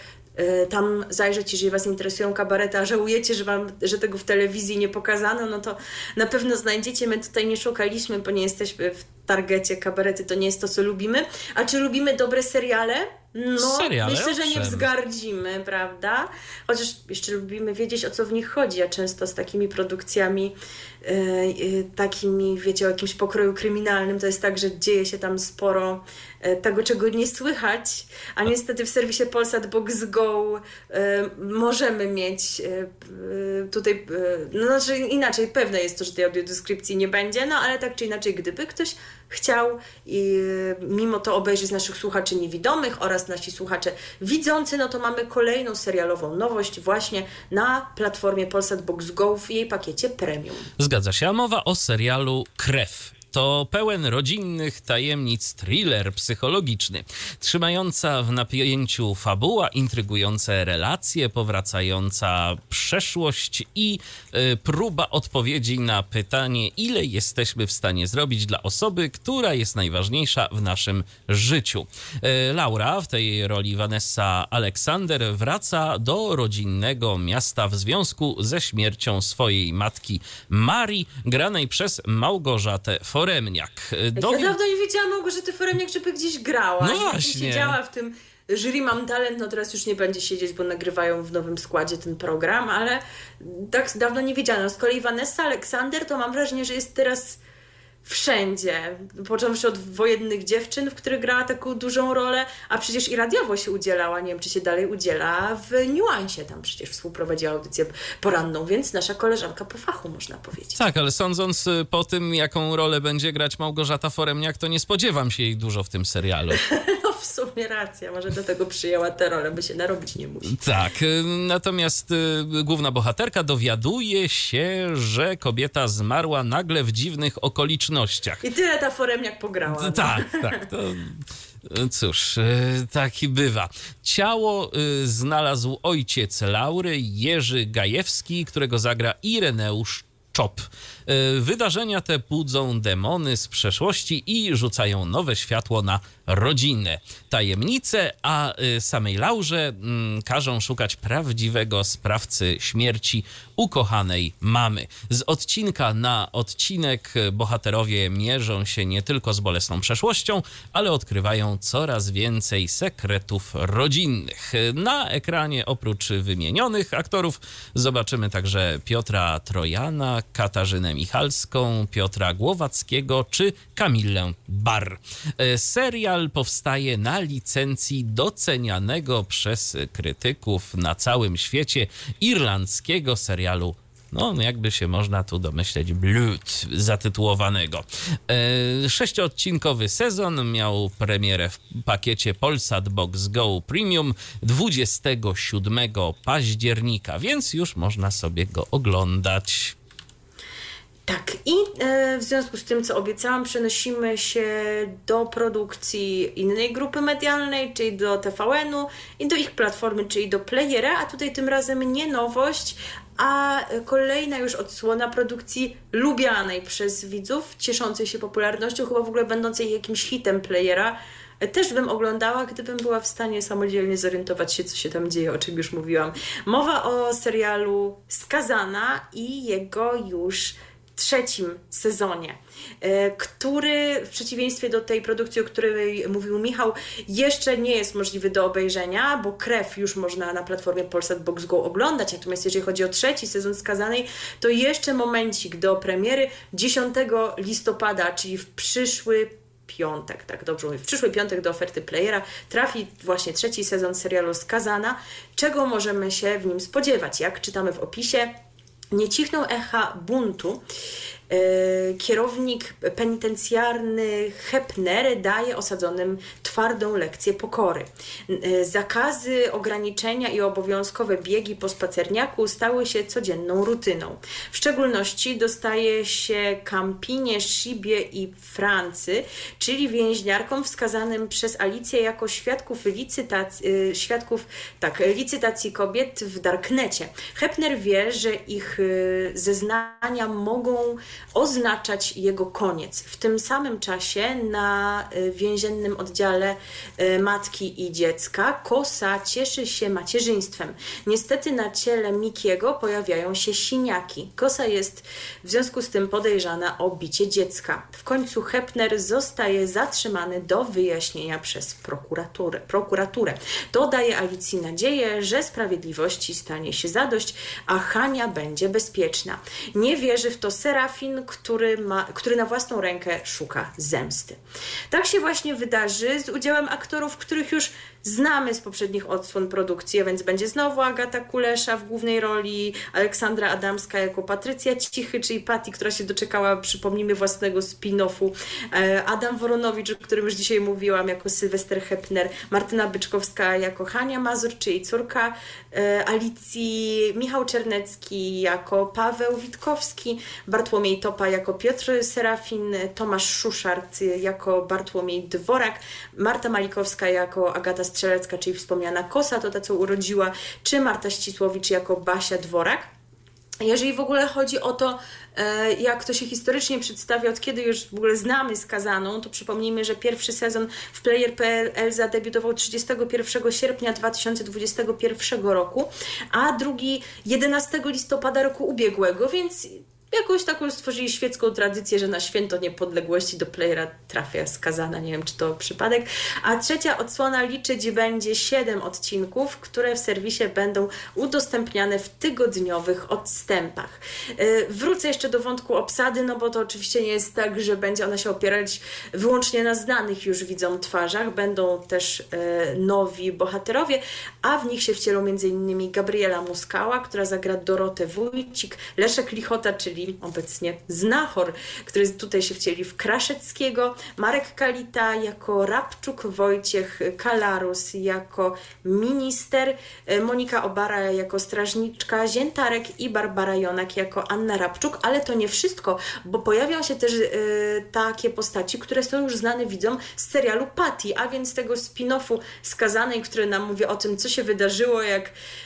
S3: tam zajrzeć, jeżeli was interesują kabarety, a żałujecie, że, wam, że tego w telewizji nie pokazano, no to na pewno znajdziecie. My tutaj nie szukaliśmy, bo nie jesteśmy w targecie. Kabarety to nie jest to, co lubimy. A czy lubimy dobre seriale? No,
S2: seriale,
S3: myślę, że nie
S2: owszem.
S3: wzgardzimy, prawda? Chociaż jeszcze lubimy wiedzieć, o co w nich chodzi, a często z takimi produkcjami yy, yy, takimi, wiecie, o jakimś pokroju kryminalnym, to jest tak, że dzieje się tam sporo yy, tego, czego nie słychać, a niestety w serwisie Polsat Box Go yy, możemy mieć yy, yy, tutaj, yy, no znaczy inaczej, pewne jest to, że tej audiodeskrypcji nie będzie, no ale tak czy inaczej, gdyby ktoś chciał i mimo to obejrzeć naszych słuchaczy niewidomych oraz nasi słuchacze widzący, no to mamy kolejną serialową nowość właśnie na platformie Polsat Box Go w jej pakiecie premium.
S2: Zgadza się, a mowa o serialu Krew. To pełen rodzinnych tajemnic thriller psychologiczny, trzymająca w napięciu fabuła, intrygujące relacje, powracająca przeszłość i y, próba odpowiedzi na pytanie, ile jesteśmy w stanie zrobić dla osoby, która jest najważniejsza w naszym życiu. Y, Laura, w tej roli Vanessa Alexander, wraca do rodzinnego miasta w związku ze śmiercią swojej matki Marii, granej przez Małgorzatę Foremniak.
S3: Do... Ja dawno nie wiedziałam Małgorzaty Foremniak, żeby gdzieś grała.
S2: No
S3: ja
S2: właśnie.
S3: Siedziała w tym jury Mam Talent, no teraz już nie będzie siedzieć, bo nagrywają w nowym składzie ten program, ale tak dawno nie wiedziałam. Z kolei Vanessa Alexander to mam wrażenie, że jest teraz wszędzie. Począwszy od Wojennych dziewczyn, w których grała taką dużą rolę, a przecież i radiowo się udzielała, nie wiem, czy się dalej udziela, w Niuansie tam przecież współprowadziła audycję poranną, więc nasza koleżanka po fachu, można powiedzieć.
S2: Tak, ale sądząc po tym, jaką rolę będzie grać Małgorzata Foremniak, to nie spodziewam się jej dużo w tym serialu.
S3: No w sumie racja, może do tego przyjęła tę rolę, by się narobić nie musi.
S2: Tak, natomiast y, główna bohaterka dowiaduje się, że kobieta zmarła nagle w dziwnych okolicznościach.
S3: I tyle ta Foremniak pograła. No.
S2: Tak, tak, to... Cóż, taki bywa. Ciało znalazł ojciec Laury, Jerzy Gajewski, którego zagra Ireneusz Czop. Wydarzenia te budzą demony z przeszłości i rzucają nowe światło na rodzinę. Tajemnice, a samej Laurze każą szukać prawdziwego sprawcy śmierci ukochanej mamy. Z odcinka na odcinek bohaterowie mierzą się nie tylko z bolesną przeszłością, ale odkrywają coraz więcej sekretów rodzinnych. Na ekranie oprócz wymienionych aktorów zobaczymy także Piotra Trojana, Katarzynę Michalską, Piotra Głowackiego czy Kamilę Bar. Serial powstaje na licencji docenianego przez krytyków na całym świecie irlandzkiego serialu, no jakby się można tu domyśleć, Blood zatytułowanego. E, sześciodcinkowy sezon miał premierę w pakiecie Polsat Box Go Premium dwudziestego siódmego października, więc już można sobie go oglądać.
S3: Tak, i e, w związku z tym, co obiecałam, przenosimy się do produkcji innej grupy medialnej, czyli do T V N-u i do ich platformy, czyli do Playera, a tutaj tym razem nie nowość, a kolejna już odsłona produkcji lubianej przez widzów, cieszącej się popularnością, chyba w ogóle będącej jakimś hitem Playera. Też bym oglądała, gdybym była w stanie samodzielnie zorientować się, co się tam dzieje, o czym już mówiłam. Mowa o serialu Skazana i jego już trzecim sezonie, który w przeciwieństwie do tej produkcji, o której mówił Michał, jeszcze nie jest możliwy do obejrzenia, bo Krew już można na platformie Polsat Box Go oglądać, natomiast jeżeli chodzi o trzeci sezon Skazanej, to jeszcze momencik do premiery dziesiątego listopada, czyli w przyszły piątek, tak dobrze mówię, w przyszły piątek do oferty Playera trafi właśnie trzeci sezon serialu Skazana. Czego możemy się w nim spodziewać? Jak czytamy w opisie, nie cichną echa buntu Kierownik penitencjarny Hepner daje osadzonym twardą lekcję pokory. Zakazy, ograniczenia i obowiązkowe biegi po spacerniaku stały się codzienną rutyną. W szczególności dostaje się Campinie, Shibie i Francy, czyli więźniarkom wskazanym przez Alicję jako świadków licytacji, świadków, tak, licytacji kobiet w Darknecie. Hepner wie, że ich zeznania mogą oznaczać jego koniec. W tym samym czasie na więziennym oddziale matki i dziecka Kosa cieszy się macierzyństwem. Niestety na ciele Mikiego pojawiają się siniaki. Kosa jest w związku z tym podejrzana o bicie dziecka. W końcu Hepner zostaje zatrzymany do wyjaśnienia przez prokuraturę. prokuraturę. To daje Alicji nadzieję, że sprawiedliwości stanie się zadość, a Hania będzie bezpieczna. Nie wierzy w to Serafin, który, ma, który na własną rękę szuka zemsty. Tak się właśnie wydarzy z udziałem aktorów, których już znamy z poprzednich odsłon produkcji, a więc będzie znowu Agata Kulesza w głównej roli, Aleksandra Adamska jako Patrycja Cichy, czyli Patty, która się doczekała, przypomnijmy, własnego spin-offu, Adam Woronowicz, o którym już dzisiaj mówiłam, jako Sylwester Hepner, Martyna Byczkowska jako Hania Mazur, czyli córka Alicji, Michał Czernecki jako Paweł Witkowski, Bartłomiej Topa jako Piotr Serafin, Tomasz Szuszart jako Bartłomiej Dworak, Marta Malikowska jako Agata Strzelecka, czyli wspomniana Kosa, to ta, co urodziła, czy Marta Ścisłowicz jako Basia Dworak. Jeżeli w ogóle chodzi o to, jak to się historycznie przedstawia, od kiedy już w ogóle znamy Skazaną, to przypomnijmy, że pierwszy sezon w player kropka p l zadebiutował trzydziestego pierwszego sierpnia dwa tysiące dwudziestego pierwszego roku, a drugi jedenastego listopada roku ubiegłego, więc jakąś taką stworzyli świecką tradycję, że na święto niepodległości do playera trafia Skazana. Nie wiem, czy to przypadek. A trzecia odsłona liczyć będzie siedem odcinków, które w serwisie będą udostępniane w tygodniowych odstępach. Yy, wrócę jeszcze do wątku obsady, no bo to oczywiście nie jest tak, że będzie ona się opierać wyłącznie na znanych już widzom twarzach. Będą też yy, nowi bohaterowie, a w nich się wcielą między innymi Gabriela Muskała, która zagra Dorotę Wójcik, Leszek Lichota, czyli obecnie Znachor, który tutaj się wcieli w Kraszeckiego, Marek Kalita jako Rabczuk, Wojciech Kalarus jako minister, Monika Obara jako strażniczka, Ziętarek i Barbara Jonak jako Anna Rabczuk, ale to nie wszystko, bo pojawią się też y, takie postaci, które są już znane widzom z serialu Patty, a więc tego spin-offu Skazanej, który nam mówi o tym, co się wydarzyło, jak,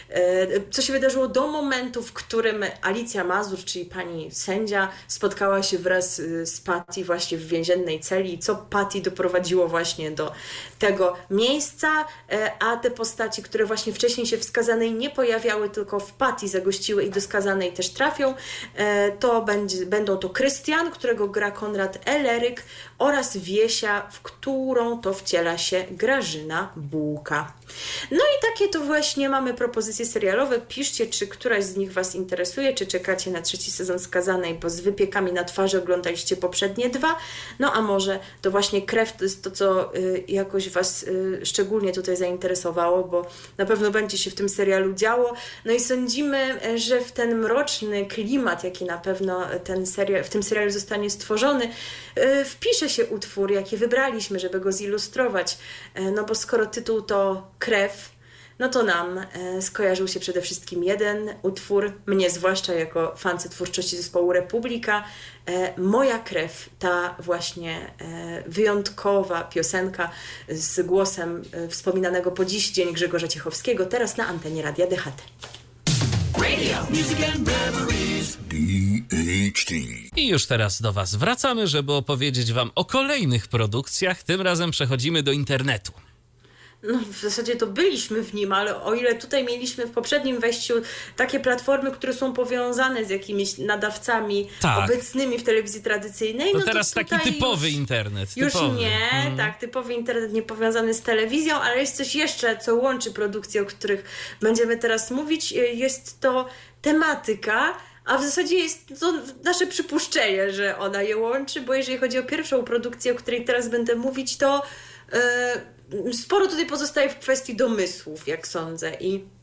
S3: y, co się wydarzyło do momentu, w którym Alicja Mazur, czyli pani sędzia, spotkała się wraz z Patty właśnie w więziennej celi i co Patty doprowadziło właśnie do tego miejsca, a te postaci, które właśnie wcześniej się w Skazanej nie pojawiały, tylko w Patty zagościły i do Skazanej też trafią, to będzie, będą to Krystian, którego gra Konrad Eleryk, oraz Wiesia, w którą to wciela się Grażyna Bułka. No i takie to właśnie mamy propozycje serialowe. Piszcie, czy któraś z nich Was interesuje, czy czekacie na trzeci sezon Skazanej, bo z wypiekami na twarzy oglądaliście poprzednie dwa. No a może to właśnie Krew to jest to, co y, jakoś Was y, szczególnie tutaj zainteresowało, bo na pewno będzie się w tym serialu działo. No i sądzimy, że w ten mroczny klimat, jaki na pewno ten serial, w tym serialu zostanie stworzony, y, wpisze się utwór, jaki wybraliśmy, żeby go zilustrować. Y, no bo skoro tytuł to Krew, no to nam e, skojarzył się przede wszystkim jeden utwór, mnie zwłaszcza jako fance twórczości zespołu Republika, e, Moja krew, ta właśnie e, wyjątkowa piosenka z głosem e, wspominanego po dziś dzień Grzegorza Ciechowskiego, teraz na antenie Radia D H T.
S1: Radio Music and Memories
S4: D H T.
S2: I już teraz do Was wracamy, żeby opowiedzieć Wam o kolejnych produkcjach. Tym razem przechodzimy do internetu.
S3: No w zasadzie to byliśmy w nim, ale o ile tutaj mieliśmy w poprzednim wejściu takie platformy, które są powiązane z jakimiś nadawcami tak. obecnymi w telewizji tradycyjnej,
S2: to
S3: no
S2: teraz
S3: to
S2: taki typowy
S3: już,
S2: internet.
S3: Już
S2: typowy.
S3: nie, mm. tak, typowy internet nie powiązany z telewizją, ale jest coś jeszcze, co łączy produkcje, o których będziemy teraz mówić. Jest to tematyka, a w zasadzie jest to nasze przypuszczenie, że ona je łączy, bo jeżeli chodzi o pierwszą produkcję, o której teraz będę mówić, to yy, sporo tutaj pozostaje w kwestii domysłów, jak sądzę. I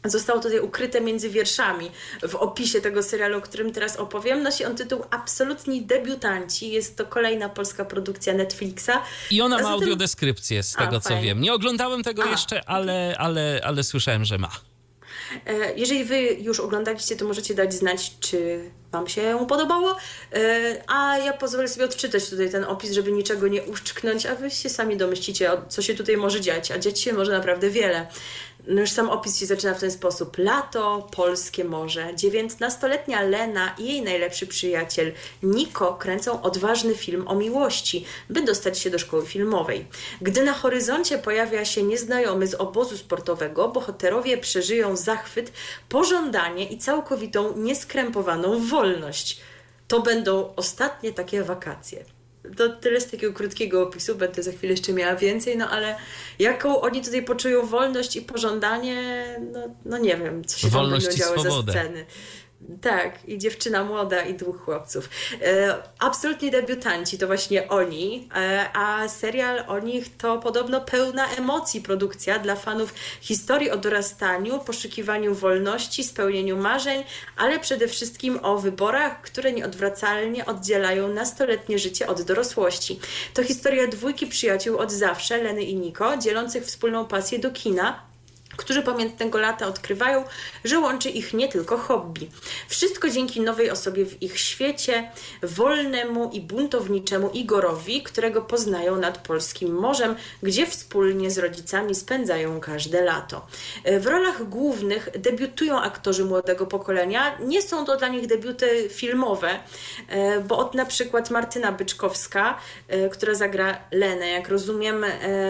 S3: zostało tutaj ukryte między wierszami w opisie tego serialu, o którym teraz opowiem. Nosi on tytuł Absolutni debiutanci. Jest to kolejna polska produkcja Netflixa.
S2: I ona
S3: A
S2: ma
S3: zatem...
S2: audiodeskrypcję z tego,
S3: A,
S2: co
S3: fajnie.
S2: wiem. Nie oglądałem tego
S3: A,
S2: jeszcze, ale, ale, ale słyszałem, że ma.
S3: Jeżeli wy już oglądaliście, to możecie dać znać, czy wam się podobało. A ja pozwolę sobie odczytać tutaj ten opis, żeby niczego nie uszczknąć, a wy się sami domyślicie, co się tutaj może dziać. A dziać się może naprawdę wiele. No już sam opis się zaczyna w ten sposób. Lato, polskie morze. dziewiętnastoletnia Lena i jej najlepszy przyjaciel Niko kręcą odważny film o miłości, by dostać się do szkoły filmowej. Gdy na horyzoncie pojawia się nieznajomy z obozu sportowego, bohaterowie przeżyją zachwyt, pożądanie i całkowitą, nieskrępowaną wolność. To będą ostatnie takie wakacje. To tyle z takiego krótkiego opisu, będę za chwilę jeszcze miała więcej, no ale jaką oni tutaj poczują wolność i pożądanie, no, no nie wiem, co się
S2: wolność
S3: tam będą działy
S2: swobodę.
S3: za sceny. Tak, i dziewczyna młoda i dwóch chłopców. E, absolutni debiutanci to właśnie oni, e, a serial o nich to podobno pełna emocji produkcja dla fanów historii o dorastaniu, poszukiwaniu wolności, spełnieniu marzeń, ale przede wszystkim o wyborach, które nieodwracalnie oddzielają nastoletnie życie od dorosłości. To historia dwójki przyjaciół od zawsze, Leny i Niko, dzielących wspólną pasję do kina, którzy pamiętnego lata odkrywają, że łączy ich nie tylko hobby. Wszystko dzięki nowej osobie w ich świecie, wolnemu i buntowniczemu Igorowi, którego poznają nad polskim morzem, gdzie wspólnie z rodzicami spędzają każde lato. W rolach głównych debiutują aktorzy młodego pokolenia. Nie są to dla nich debiuty filmowe, bo od na przykład Martyna Byczkowska, która zagra Lenę, jak rozumiem,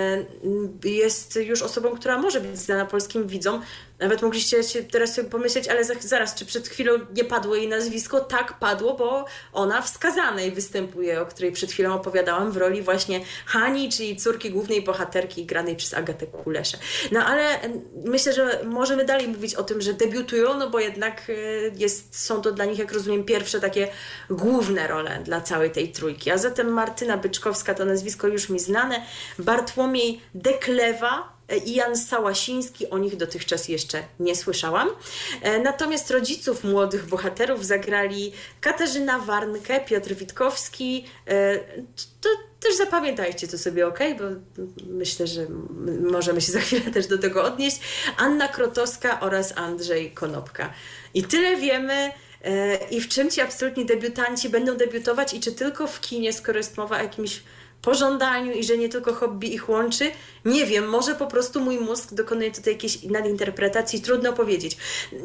S3: jest już osobą, która może być znana polskim widzom. Nawet mogliście się teraz sobie pomyśleć, ale zaraz, czy przed chwilą nie padło jej nazwisko? Tak, padło, bo ona w Skazanej występuje, o której przed chwilą opowiadałam, w roli właśnie Hani, czyli córki głównej bohaterki granej przez Agatę Kuleszę. No ale myślę, że możemy dalej mówić o tym, że debiutują, no bo jednak jest, są to dla nich, jak rozumiem, pierwsze takie główne role dla całej tej trójki. A zatem Martyna Byczkowska, to nazwisko już mi znane, Bartłomiej Deklewa i Jan Sałasiński, o nich dotychczas jeszcze nie słyszałam. Natomiast rodziców młodych bohaterów zagrali Katarzyna Warnke, Piotr Witkowski. To też zapamiętajcie to sobie, ok? Bo myślę, że możemy się za chwilę też do tego odnieść. Anna Krotowska oraz Andrzej Konopka. I tyle wiemy. I w czym ci absolutni debiutanci będą debiutować i czy tylko w kinie, skoro jest mowa o jakimś pożądaniu i że nie tylko hobby ich łączy. Nie wiem, może po prostu mój mózg dokonuje tutaj jakiejś nadinterpretacji, trudno powiedzieć.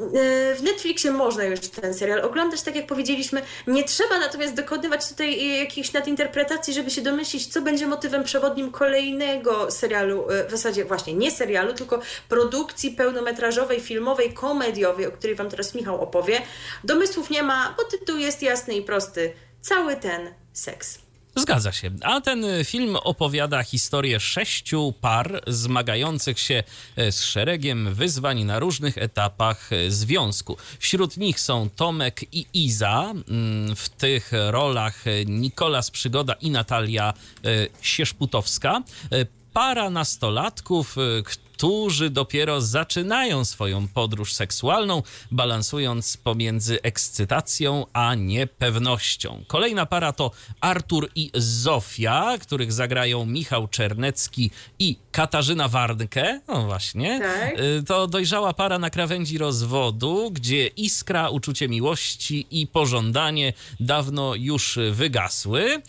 S3: W Netflixie można już ten serial oglądać, tak jak powiedzieliśmy. Nie trzeba natomiast dokonywać tutaj jakiejś nadinterpretacji, żeby się domyślić, co będzie motywem przewodnim kolejnego serialu, w zasadzie właśnie nie serialu, tylko produkcji pełnometrażowej, filmowej, komediowej, o której wam teraz Michał opowie. Domysłów nie ma, bo tytuł jest jasny i prosty. Cały ten seks.
S2: Zgadza się. A ten film opowiada historię sześciu par zmagających się z szeregiem wyzwań na różnych etapach związku. Wśród nich są Tomek i Iza. W tych rolach Nikolas Przygoda i Natalia Sieszputowska. Para nastolatków, którzy dopiero zaczynają swoją podróż seksualną, balansując pomiędzy ekscytacją a niepewnością. Kolejna para to Artur i Zofia, których zagrają Michał Czernecki i Katarzyna Warnke. No właśnie.
S3: Tak.
S2: To dojrzała para na krawędzi rozwodu, gdzie iskra, uczucie miłości i pożądanie dawno już wygasły.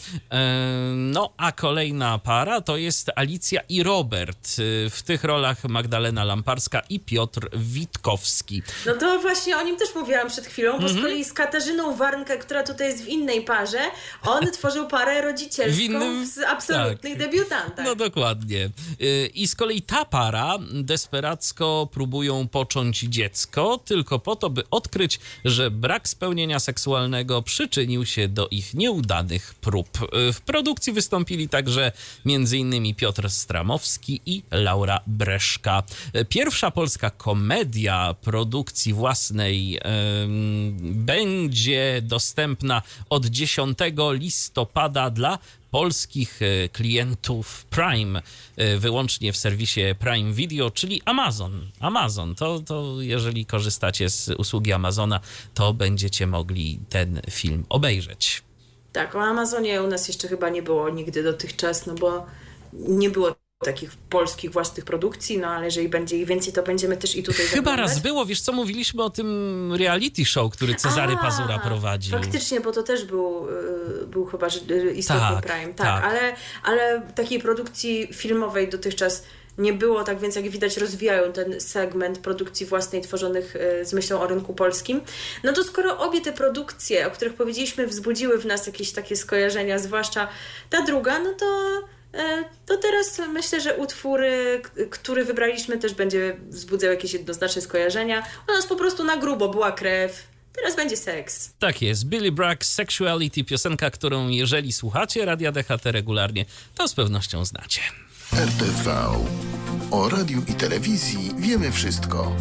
S2: No a kolejna para to jest Alicja i Robert. W tych rolach Magdalena Lamparska i Piotr Witkowski.
S3: No to właśnie o nim też mówiłam przed chwilą, bo
S2: Mm-hmm.
S3: z kolei z Katarzyną Warnkę, która tutaj jest w innej parze, on tworzył parę rodzicielską
S2: W innym-
S3: z absolutnych
S2: tak.
S3: debiutantach.
S2: No dokładnie. I z kolei ta para desperacko próbują począć dziecko, tylko po to, by odkryć, że brak spełnienia seksualnego przyczynił się do ich nieudanych prób. W produkcji wystąpili także między innymi Piotr Stramowski i Laura Bresz. Agnieszka. Pierwsza polska komedia produkcji własnej ym, będzie dostępna od dziesiątego listopada dla polskich klientów Prime, wyłącznie w serwisie Prime Video, czyli Amazon. Amazon, to, to jeżeli korzystacie z usługi Amazona, to będziecie mogli ten film obejrzeć.
S3: Tak, o Amazonie u nas jeszcze chyba nie było nigdy dotychczas, no bo nie było takich polskich własnych produkcji, no ale jeżeli będzie ich więcej, to będziemy też i tutaj
S2: Chyba
S3: zaglądać.
S2: raz było, wiesz co, mówiliśmy o tym reality show, który Cezary
S3: A,
S2: Pazura prowadził.
S3: Faktycznie, bo to też był, był chyba istotny
S2: Tak,
S3: Prime. Tak,
S2: tak.
S3: Ale, ale takiej produkcji filmowej dotychczas nie było, tak więc jak widać rozwijają ten segment produkcji własnej tworzonych z myślą o rynku polskim. No to skoro obie te produkcje, o których powiedzieliśmy, wzbudziły w nas jakieś takie skojarzenia, zwłaszcza ta druga, no to to teraz myślę, że utwór, który wybraliśmy, też będzie wzbudzał jakieś jednoznaczne skojarzenia. U nas po prostu na grubo była krew. Teraz będzie seks.
S2: Tak jest. Billy Bragg, Sexuality, piosenka, którą jeżeli słuchacie Radia D H T regularnie, to z pewnością znacie.
S4: R T V. O radiu i telewizji wiemy wszystko.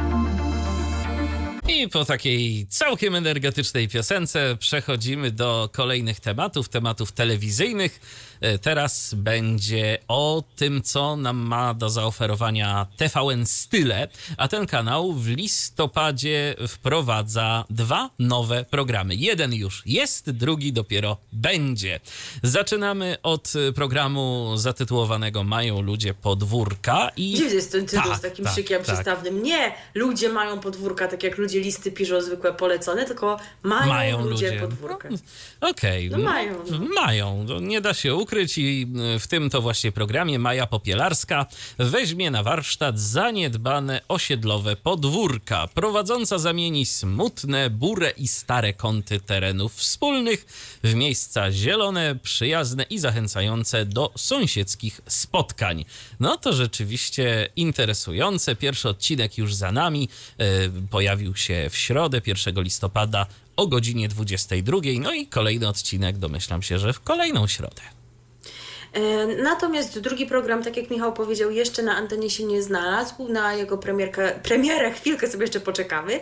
S2: I po takiej całkiem energetycznej piosence przechodzimy do kolejnych tematów, tematów telewizyjnych. Teraz będzie o tym, co nam ma do zaoferowania T V N Style, a ten kanał w listopadzie wprowadza dwa nowe programy. Jeden już jest, drugi dopiero będzie. Zaczynamy od programu zatytułowanego Mają ludzie podwórka. I
S3: dziwny jest ten tytuł
S2: tak,
S3: z takim
S2: tak,
S3: szykiem
S2: tak.
S3: przystawnym. Nie, ludzie mają podwórka, tak jak ludzie listy piszą zwykłe polecone, tylko mają,
S2: Mają
S3: ludzie,
S2: ludzie
S3: podwórkę.
S2: No, Okej.
S3: No mają, no.
S2: Mają. No, nie da się ukryć i w tym to właśnie programie Maja Popielarska weźmie na warsztat zaniedbane osiedlowe podwórka. Prowadząca zamieni smutne, burę i stare kąty terenów wspólnych w miejsca zielone, przyjazne i zachęcające do sąsiedzkich spotkań. No to rzeczywiście interesujące. Pierwszy odcinek już za nami. Yy, pojawił się w środę, pierwszego listopada o godzinie dwudziestej drugiej. No i kolejny odcinek, domyślam się, że w kolejną środę.
S3: Natomiast drugi program, tak jak Michał powiedział, jeszcze na antenie się nie znalazł. Na jego premierkę, premierę chwilkę sobie jeszcze poczekamy.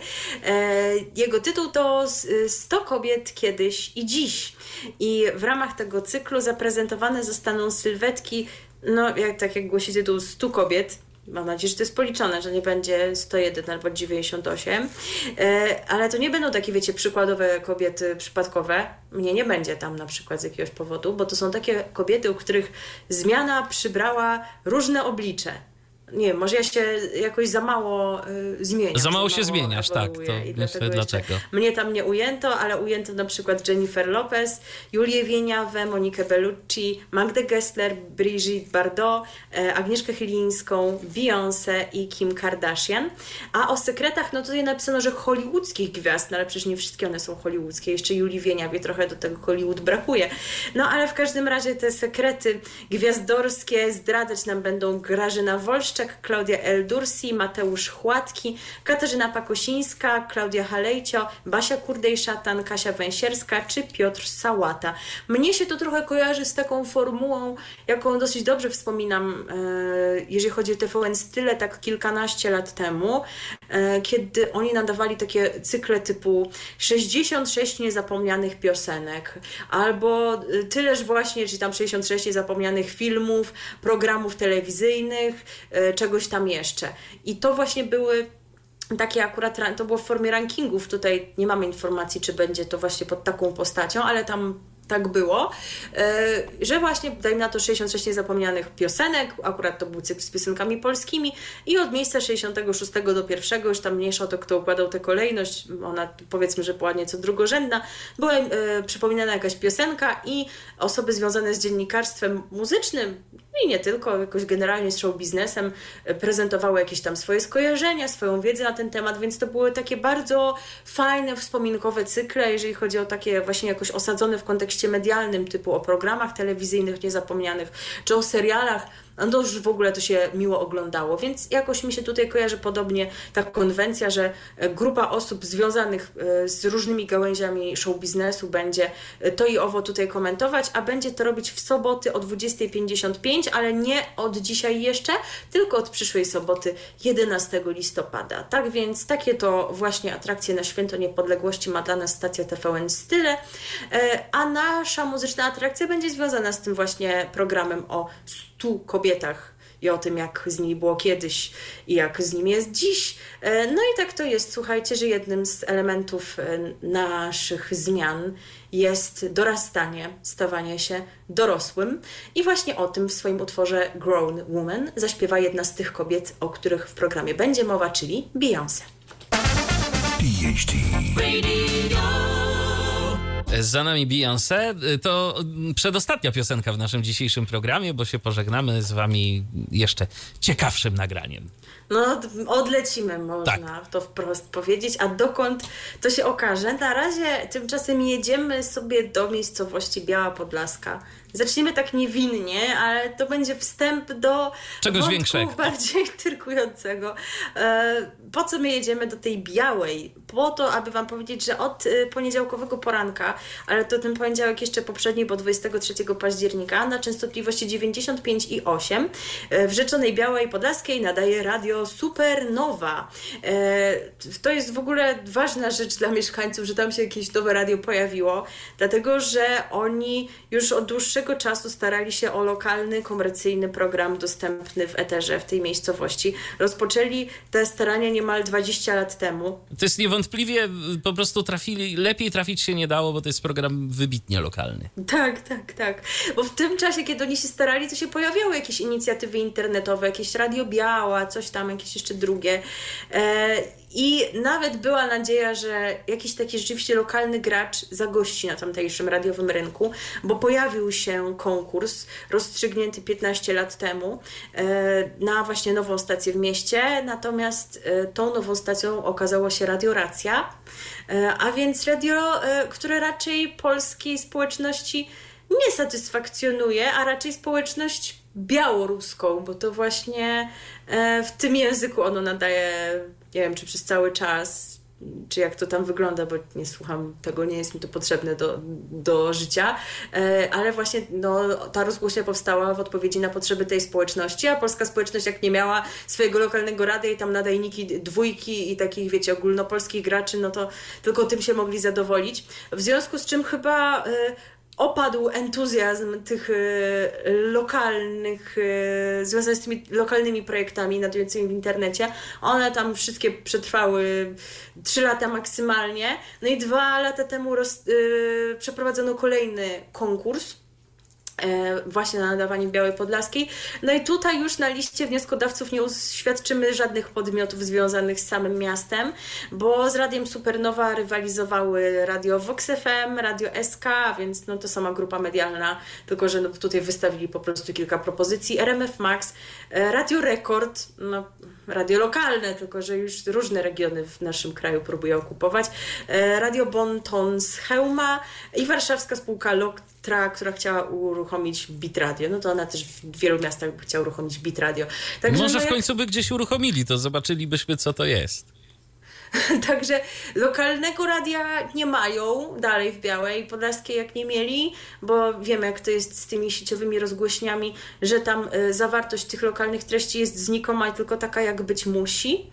S3: Jego tytuł to sto kobiet kiedyś i dziś. I w ramach tego cyklu zaprezentowane zostaną sylwetki, no jak, tak jak głosi tytuł, stu kobiet. Mam nadzieję, że to jest policzone, że nie będzie sto jeden albo dziewięćdziesiąt osiem. Ale to nie będą takie, wiecie, przykładowe kobiety przypadkowe. Mnie nie będzie tam na przykład z jakiegoś powodu, bo to są takie kobiety, u których zmiana przybrała różne oblicze. Nie wiem, może ja się jakoś za mało y, zmieniam.
S2: Za mało się zmieniasz, tak. To
S3: I
S2: myślę, dlaczego.
S3: Mnie tam nie ujęto, ale ujęto na przykład Jennifer Lopez, Julię Wieniawę, Monikę Bellucci, Magdę Gessler, Brigitte Bardot, e, Agnieszkę Chylińską, Beyoncé i Kim Kardashian. A o sekretach, no tutaj napisano, że hollywoodzkich gwiazd, no ale przecież nie wszystkie one są hollywoodzkie. Jeszcze Julii Wieniawie trochę do tego Hollywood brakuje. No ale w każdym razie te sekrety gwiazdorskie zdradzać nam będą Grażyna Wolszczak, Klaudia Eldursi, Mateusz Chłatki, Katarzyna Pakosińska, Klaudia Halejcio, Basia Kurdej-Szatan, Kasia Węsierska czy Piotr Sałata. Mnie się to trochę kojarzy z taką formułą, jaką dosyć dobrze wspominam, e, jeżeli chodzi o T V N Style, tak kilkanaście lat temu, e, kiedy oni nadawali takie cykle typu sześćdziesiąt sześć niezapomnianych piosenek, albo tyleż właśnie, czy tam sześćdziesiąt sześć niezapomnianych filmów, programów telewizyjnych, e, czegoś tam jeszcze. I to właśnie były takie akurat, to było w formie rankingów. Tutaj nie mamy informacji, czy będzie to właśnie pod taką postacią, ale tam tak było, że właśnie, dajmy na to, sześćdziesiąt sześć niezapomnianych piosenek, akurat to był cykl z piosenkami polskimi i od miejsca sześćdziesiątego szóstego do pierwszego, już tam mniejsza o to, kto układał tę kolejność, ona powiedzmy, że była nieco drugorzędna, była e, przypominana jakaś piosenka i osoby związane z dziennikarstwem muzycznym i nie tylko, jakoś generalnie z show biznesem prezentowały jakieś tam swoje skojarzenia, swoją wiedzę na ten temat, więc to były takie bardzo fajne, wspominkowe cykle, jeżeli chodzi o takie właśnie jakoś osadzone w kontekście medialnym, typu o programach telewizyjnych niezapomnianych, czy o serialach, no to już w ogóle to się miło oglądało, więc jakoś mi się tutaj kojarzy podobnie ta konwencja, że grupa osób związanych z różnymi gałęziami show biznesu będzie to i owo tutaj komentować, a będzie to robić w soboty o dwudziesta pięćdziesiąt pięć, ale nie od dzisiaj jeszcze, tylko od przyszłej soboty jedenastego listopada. Tak więc takie to właśnie atrakcje na Święto Niepodległości ma dla nas stacja T V N Style, a nasza muzyczna atrakcja będzie związana z tym właśnie programem o stu kobietach i o tym, jak z nimi było kiedyś i jak z nimi jest dziś. No i tak to jest, słuchajcie, że jednym z elementów naszych zmian jest dorastanie, stawanie się dorosłym. I właśnie o tym w swoim utworze Grown Woman zaśpiewa jedna z tych kobiet, o których w programie będzie mowa, czyli Beyoncé.
S4: P H D.
S2: Za nami Beyoncé. To przedostatnia piosenka w naszym dzisiejszym programie, bo się pożegnamy z wami jeszcze ciekawszym nagraniem.
S3: No, odlecimy, można
S2: tak.
S3: to wprost powiedzieć, a dokąd to się okaże. Na razie tymczasem jedziemy sobie do miejscowości Biała Podlaska. Zaczniemy tak niewinnie, ale to będzie wstęp do
S2: czegoś
S3: wątku
S2: większego,
S3: bardziej tyrkującego. Po co my jedziemy do tej Białej? Po to, aby wam powiedzieć, że od poniedziałkowego poranka, ale to ten poniedziałek jeszcze poprzedni, bo dwudziestego trzeciego października, na częstotliwości dziewięćdziesiąt pięć i osiem w Rzeczonej Białej Podlaskiej nadaje radio Supernowa. To jest w ogóle ważna rzecz dla mieszkańców, że tam się jakieś nowe radio pojawiło, dlatego że oni już od dłuższego czasu starali się o lokalny, komercyjny program dostępny w eterze w tej miejscowości. Rozpoczęli te starania niemal dwadzieścia lat temu.
S2: To jest niewątpliwie, po prostu trafili, lepiej trafić się nie dało, bo to jest program wybitnie lokalny.
S3: Tak, tak, tak. Bo w tym czasie, kiedy oni się starali, to się pojawiały jakieś inicjatywy internetowe, jakieś Radio Biała, coś tam, jakieś jeszcze drugie. E, I nawet była nadzieja, że jakiś taki rzeczywiście lokalny gracz zagości na tamtejszym radiowym rynku, bo pojawił się konkurs rozstrzygnięty piętnaście lat temu e, na właśnie nową stację w mieście, natomiast e, tą nową stacją okazało się Radio Racja, e, a więc radio, e, które raczej polskiej społeczności nie satysfakcjonuje, a raczej społeczność białoruską, bo to właśnie e, w tym języku ono nadaje, nie wiem, czy przez cały czas, czy jak to tam wygląda, bo nie słucham tego, nie jest mi to potrzebne do, do życia, e, ale właśnie no, ta rozgłośnia powstała w odpowiedzi na potrzeby tej społeczności, a polska społeczność jak nie miała swojego lokalnego radia i tam nadajniki dwójki i takich, wiecie, ogólnopolskich graczy, no to tylko tym się mogli zadowolić. W związku z czym chyba e, opadł entuzjazm tych y, lokalnych, y, związanych z tymi lokalnymi projektami nadającymi w internecie. One tam wszystkie przetrwały trzy lata maksymalnie. No i dwa lata temu roz, y, przeprowadzono kolejny konkurs właśnie na nadawanie w Białej Podlaskiej. No i tutaj już na liście wnioskodawców nie uświadczymy żadnych podmiotów związanych z samym miastem, bo z Radiem Supernowa rywalizowały Radio Vox F M, Radio S K, więc no to sama grupa medialna, tylko że no tutaj wystawili po prostu kilka propozycji. R M F Max, Radio Rekord, no radio lokalne, tylko że już różne regiony w naszym kraju próbują okupować. Radio Bon Ton z Chełma i warszawska spółka Loktra, która chciała uruchomić Bit Radio. No to ona też w wielu miastach by chciała uruchomić Bit Radio. Także
S2: Może
S3: no
S2: w
S3: jak...
S2: końcu by gdzieś uruchomili, to zobaczylibyśmy, co to jest.
S3: Także lokalnego radia nie mają dalej w Białej Podlaskiej, jak nie mieli, bo wiemy, jak to jest z tymi sieciowymi rozgłośniami, że tam y, zawartość tych lokalnych treści jest znikoma i tylko taka, jak być musi.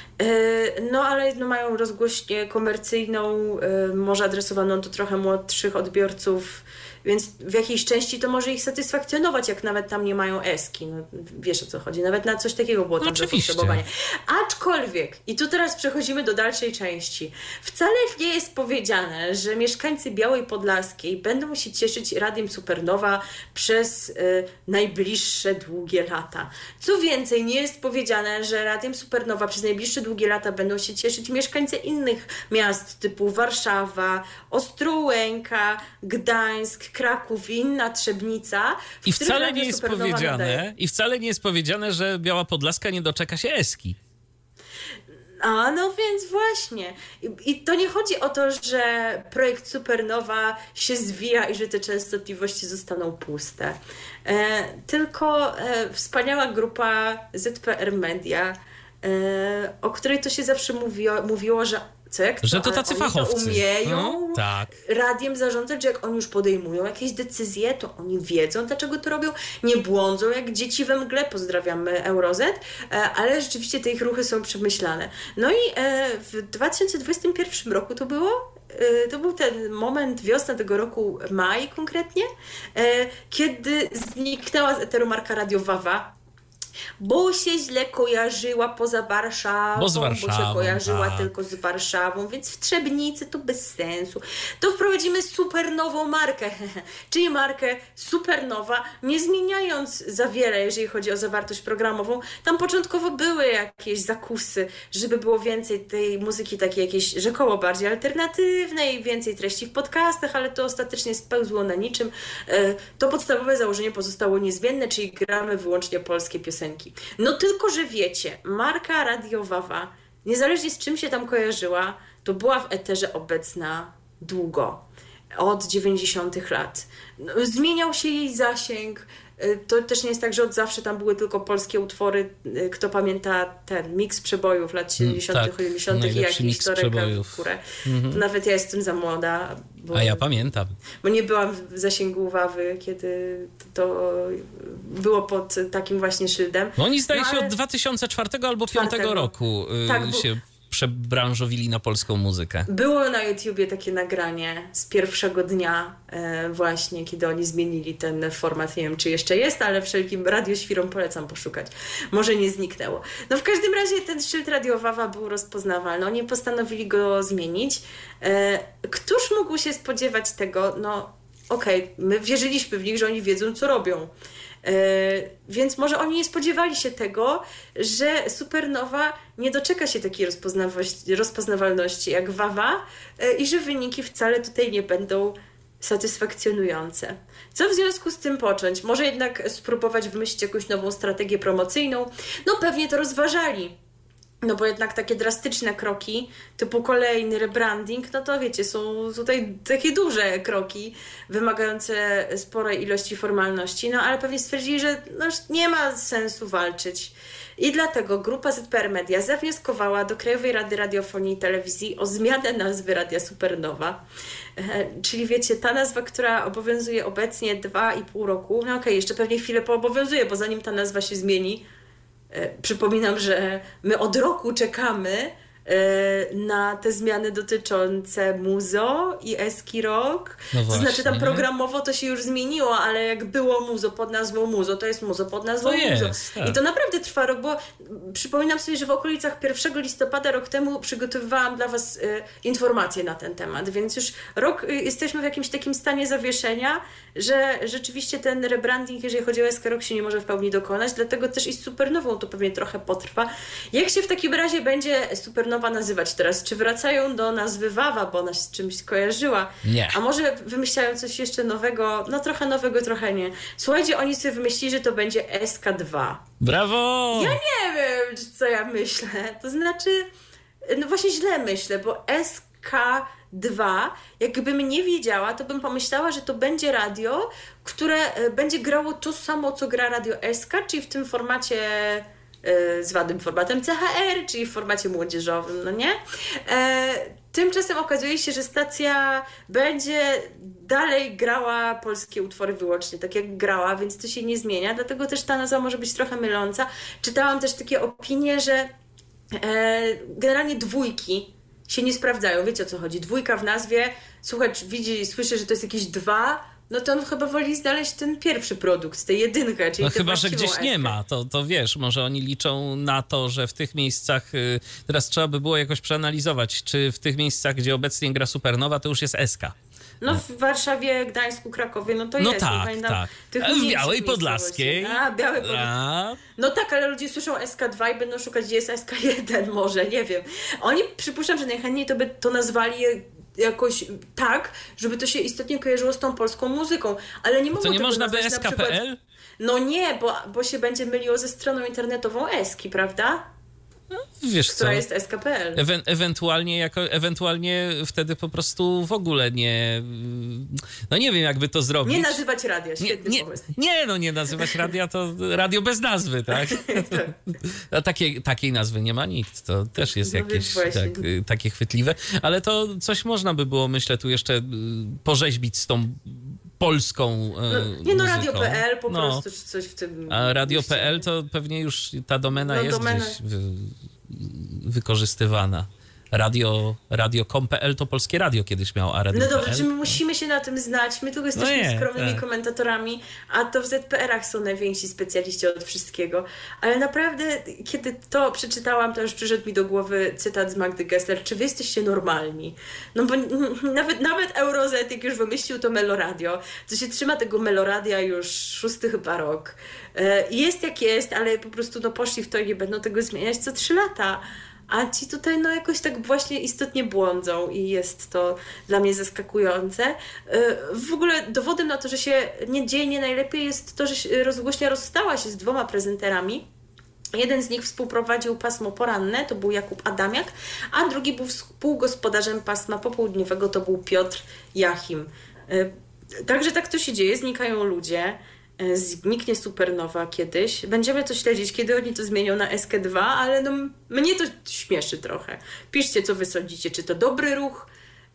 S3: Y, no ale no, mają rozgłośnię komercyjną, y, może adresowaną do trochę młodszych odbiorców, więc w jakiejś części to może ich satysfakcjonować, jak nawet tam nie mają eski. No, wiesz, o co chodzi. Nawet na coś takiego było tam
S2: no,
S3: zapotrzebowanie. Aczkolwiek, i tu teraz przechodzimy do dalszej części, wcale nie jest powiedziane, że mieszkańcy Białej Podlaskiej będą się cieszyć Radiem Supernowa przez y, najbliższe długie lata. Co więcej, nie jest powiedziane, że Radiem Supernowa przez najbliższe długie lata będą się cieszyć mieszkańcy innych miast typu Warszawa, Ostrołęka, Gdańsk, Kraków i inna Trzebnica.
S2: I wcale nie jest powiedziane, i wcale nie jest powiedziane, że Biała Podlaska nie doczeka się eski.
S3: A no więc właśnie. I, I to nie chodzi o to, że projekt Supernowa się zwija i że te częstotliwości zostaną puste. E, tylko e, wspaniała grupa Z P R Media, e, o której to się zawsze mówiło, mówiło że co jak to,
S2: że to tacy
S3: oni
S2: fachowcy.
S3: To umieją
S2: no, tak.
S3: radiem zarządzać, że jak oni już podejmują jakieś decyzje, to oni wiedzą, dlaczego to robią, nie błądzą jak dzieci we mgle, pozdrawiamy Eurozet, ale rzeczywiście te ich ruchy są przemyślane. No i w dwa tysiące dwudziestym pierwszym roku to było, to był ten moment, wiosna tego roku, maj konkretnie, kiedy zniknęła z eteru marka Radio Wawa, bo się źle kojarzyła poza Warszawą,
S2: bo, z Warszawą,
S3: bo się kojarzyła
S2: tak.
S3: tylko z Warszawą, więc w Trzebnicy to bez sensu. To wprowadzimy supernową markę, czyli markę Supernowa, nie zmieniając za wiele, jeżeli chodzi o zawartość programową. Tam początkowo były jakieś zakusy, żeby było więcej tej muzyki takiej jakiejś rzekomo bardziej alternatywnej, więcej treści w podcastach, ale to ostatecznie spełzło na niczym. To podstawowe założenie pozostało niezmienne, czyli gramy wyłącznie polskie piosenki. No tylko, że wiecie, marka Radio Wawa, niezależnie z czym się tam kojarzyła, to była w eterze obecna długo, od dziewięćdziesiątych lat. No, zmieniał się jej zasięg, to też nie jest tak, że od zawsze tam były tylko polskie utwory. Kto pamięta ten miks przebojów lat siedemdziesiątych,
S2: tak,
S3: osiemdziesiątych i jakiś to ręka w górę. Mhm. Nawet ja jestem za młoda. Bo,
S2: A ja pamiętam.
S3: Bo nie byłam w zasięgu Wawy, kiedy to było pod takim właśnie szyldem.
S2: No oni zdaje
S3: no,
S2: się od dwa tysiące czwartego albo dwa tysiące piątego roku
S3: tak,
S2: się przebranżowili na polską muzykę.
S3: Było na YouTubie takie nagranie z pierwszego dnia e, właśnie, kiedy oni zmienili ten format. Nie wiem, czy jeszcze jest, ale wszelkim radioświrom polecam poszukać. Może nie zniknęło. No w każdym razie ten szyld Radio Wawa był rozpoznawalny. Oni postanowili go zmienić. E, któż mógł się spodziewać tego? No okej, okay, my wierzyliśmy w nich, że oni wiedzą, co robią. Yy, więc może oni nie spodziewali się tego, że Supernowa nie doczeka się takiej rozpoznawalności jak Wawa yy, i że wyniki wcale tutaj nie będą satysfakcjonujące. Co w związku z tym począć? Może jednak spróbować wymyślić jakąś nową strategię promocyjną? No pewnie to rozważali. No bo jednak takie drastyczne kroki, typu kolejny rebranding, no to wiecie, są tutaj takie duże kroki, wymagające sporej ilości formalności, no ale pewnie stwierdzili, że no, nie ma sensu walczyć. I dlatego grupa Z P R Media zawnioskowała do Krajowej Rady Radiofonii i Telewizji o zmianę nazwy Radia Supernowa. E, czyli wiecie, ta nazwa, która obowiązuje obecnie dwa i pół roku, no okej, okay, jeszcze pewnie chwilę poobowiązuje, bo zanim ta nazwa się zmieni, przypominam, że my od roku czekamy na te zmiany dotyczące Muzo i Eski Rock.
S2: No
S3: to
S2: właśnie.
S3: znaczy tam programowo to się już zmieniło, ale jak było Muzo pod nazwą Muzo, to jest Muzo pod nazwą
S2: to
S3: Muzo.
S2: jest, tak.
S3: I to naprawdę trwa rok, bo przypominam sobie, że w okolicach pierwszego listopada rok temu przygotowywałam dla Was y, informacje na ten temat, więc już rok y, jesteśmy w jakimś takim stanie zawieszenia, że rzeczywiście ten rebranding, jeżeli chodzi o Eski Rock, się nie może w pełni dokonać, dlatego też i z Supernową to pewnie trochę potrwa. Jak się w takim razie będzie Supernowa nazywać teraz? Czy wracają do nazwy Wawa, bo ona się z czymś kojarzyła?
S2: Nie.
S3: A może wymyślają coś jeszcze nowego? No trochę nowego, trochę nie. Słuchajcie, oni sobie wymyślili, że to będzie S K dwa.
S2: Brawo!
S3: Ja nie wiem, co ja myślę. To znaczy, no właśnie źle myślę, bo S K dwa, jakbym nie wiedziała, to bym pomyślała, że to będzie radio, które będzie grało to samo, co gra Radio S K, czyli w tym formacie z wadnym formatem C H R, czyli w formacie młodzieżowym, no nie? E, tymczasem okazuje się, że stacja będzie dalej grała polskie utwory wyłącznie, tak jak grała, więc to się nie zmienia, dlatego też ta nazwa może być trochę myląca. Czytałam też takie opinie, że e, generalnie dwójki się nie sprawdzają. Wiecie, o co chodzi? Dwójka w nazwie, słuchacz widzi, słyszy, że to jest jakieś dwa, no to on chyba woli znaleźć ten pierwszy produkt, tę jedynkę, czyli
S2: no
S3: tę
S2: chyba, że gdzieś
S3: eskę.
S2: nie ma, to, to wiesz, może oni liczą na to, że w tych miejscach, y, teraz trzeba by było jakoś przeanalizować, czy w tych miejscach, gdzie obecnie gra Supernowa, to już jest Eska.
S3: No w Warszawie, Gdańsku, Krakowie, no to
S2: no
S3: jest.
S2: tak,
S3: no
S2: tak.
S3: Tych
S2: A w Białej Podlaskiej.
S3: A, Białej Podlaskiej.
S2: A...
S3: No tak, ale ludzie słyszą S K dwa i będą szukać, gdzie jest S K jeden może, nie wiem. Oni, przypuszczam, że najchętniej to by to nazwali jakoś tak, żeby to się istotnie kojarzyło z tą polską muzyką, ale nie mogą
S2: To nie
S3: tego
S2: można by
S3: nazwać
S2: S K P L?
S3: No nie, bo, bo się będzie myliło ze stroną internetową Eski, prawda?
S2: Wiesz
S3: która
S2: co?
S3: jest S K P L.
S2: Ewen- ewentualnie, jako, ewentualnie wtedy po prostu w ogóle nie... No nie wiem, jakby to zrobić.
S3: Nie nazywać radia, świetny
S2: nie,
S3: pomysł.
S2: nie, no nie nazywać radia, to radio bez nazwy, tak? A takiej, takiej nazwy nie ma nikt, to też jest
S3: No
S2: jakieś
S3: więc właśnie.
S2: tak, y, takie chwytliwe, ale to coś można by było, myślę, tu jeszcze y, porzeźbić z tą polską y,
S3: No, nie no,
S2: muzyką.
S3: radio kropka p l po
S2: No.
S3: prostu, czy coś w tym...
S2: A radio
S3: mieście.
S2: kropka p l to pewnie już ta domena
S3: No,
S2: jest
S3: domena.
S2: gdzieś wy, wykorzystywana. Radio, radio kropka com kropka p l to polskie radio kiedyś miało, a radio
S3: No
S2: kropka
S3: dobrze,
S2: p l
S3: czy my musimy się na tym znać? My tu jesteśmy
S2: nie,
S3: skromnymi
S2: tak.
S3: komentatorami, a to w Z P R-ach są najwięksi specjaliści od wszystkiego. Ale naprawdę, kiedy to przeczytałam, to już przyszedł mi do głowy cytat z Magdy Gessler. Czy wy jesteście normalni? No bo nawet, nawet Eurozet, jak już wymyślił to Meloradio, to się trzyma tego Meloradia już szósty chyba rok. Jest jak jest, ale po prostu no poszli w to i nie będą tego zmieniać co trzy lata. A ci tutaj no jakoś tak właśnie istotnie błądzą i jest to dla mnie zaskakujące. W ogóle dowodem na to, że się nie dzieje nie najlepiej jest to, że rozgłośnia rozstała się z dwoma prezenterami. Jeden z nich współprowadził pasmo poranne, to był Jakub Adamiak, a drugi był współgospodarzem pasma popołudniowego, to był Piotr Jachim. Także tak to się dzieje, znikają ludzie. Zniknie Supernowa kiedyś. Będziemy to śledzić, kiedy oni to zmienią na S K dwa, ale no mnie to śmieszy trochę. Piszcie, co wy sądzicie. Czy to dobry ruch,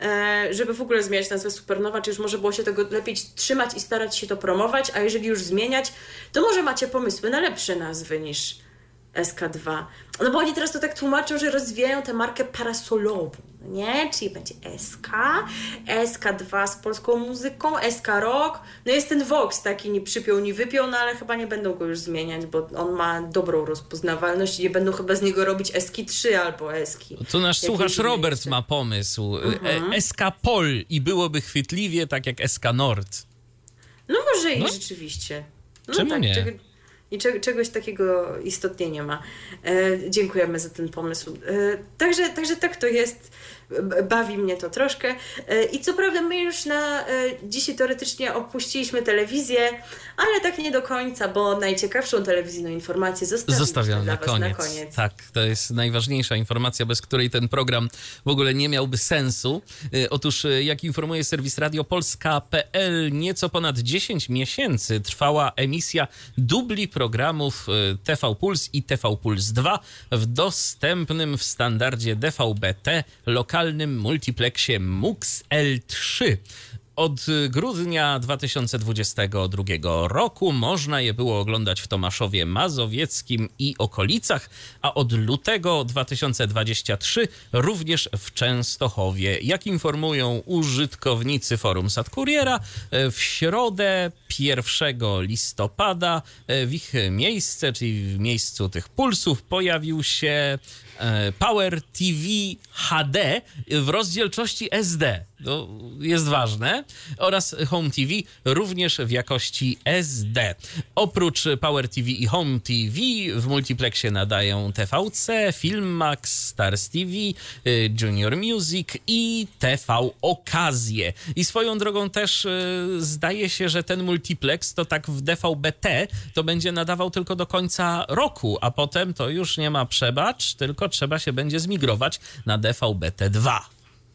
S3: żeby w ogóle zmieniać nazwę Supernowa, czy już może było się tego lepiej trzymać i starać się to promować, a jeżeli już zmieniać, to może macie pomysły na lepsze nazwy niż S K dwa. No bo oni teraz to tak tłumaczą, że rozwijają tę markę parasolową, nie? Czyli będzie S K, S K dwa z polską muzyką, S K Rock. No jest ten Vox taki, nie przypiął, nie wypiął, no ale chyba nie będą go już zmieniać, bo on ma dobrą rozpoznawalność i nie będą chyba z niego robić S K trzy albo S K.
S2: Tu nasz słuchacz
S3: Jakieś
S2: Robert
S3: jeszcze.
S2: ma pomysł.
S3: Mhm.
S2: E- S K Pol i byłoby chwytliwie tak jak S K Nord.
S3: No może i
S2: No.
S3: rzeczywiście. No
S2: Czemu nie?
S3: Czego, I cze, czegoś takiego istotnie nie ma. E, dziękujemy za ten pomysł. E, także, także tak to jest. B- Bawi mnie to troszkę. E, I co prawda my już na e, dzisiaj teoretycznie opuściliśmy telewizję, ale tak nie do końca, bo najciekawszą telewizyjną informację zostawiliśmy
S2: Zostawiam
S3: dla
S2: na
S3: was
S2: koniec.
S3: na koniec.
S2: Tak, to jest najważniejsza informacja, bez której ten program w ogóle nie miałby sensu. Y, Otóż, y, jak informuje serwis radiopolska kropka p l, nieco ponad dziesięć miesięcy trwała emisja dubli programów y, T V Puls i T V Puls dwa w dostępnym w standardzie D V B T lokalnym multiplexie MUX L trzy. Od grudnia dwa tysiące dwudziestego drugiego roku można je było oglądać w Tomaszowie Mazowieckim i okolicach, a od lutego dwa tysiące dwudziestego trzeciego również w Częstochowie. Jak informują użytkownicy forum Satkuriera, w środę pierwszego listopada w ich miejsce, czyli w miejscu tych pulsów, pojawił się Power T V H D w rozdzielczości S D. To jest ważne. Oraz Home T V również w jakości S D. Oprócz Power T V i Home T V w multiplexie nadają T V C, Filmax, Stars T V, Junior Music i T V Okazje. I swoją drogą też zdaje się, że ten multiplex to tak w D V B T to będzie nadawał tylko do końca roku, a potem to już nie ma przebacz, tylko trzeba się będzie zmigrować na D V B T dwa.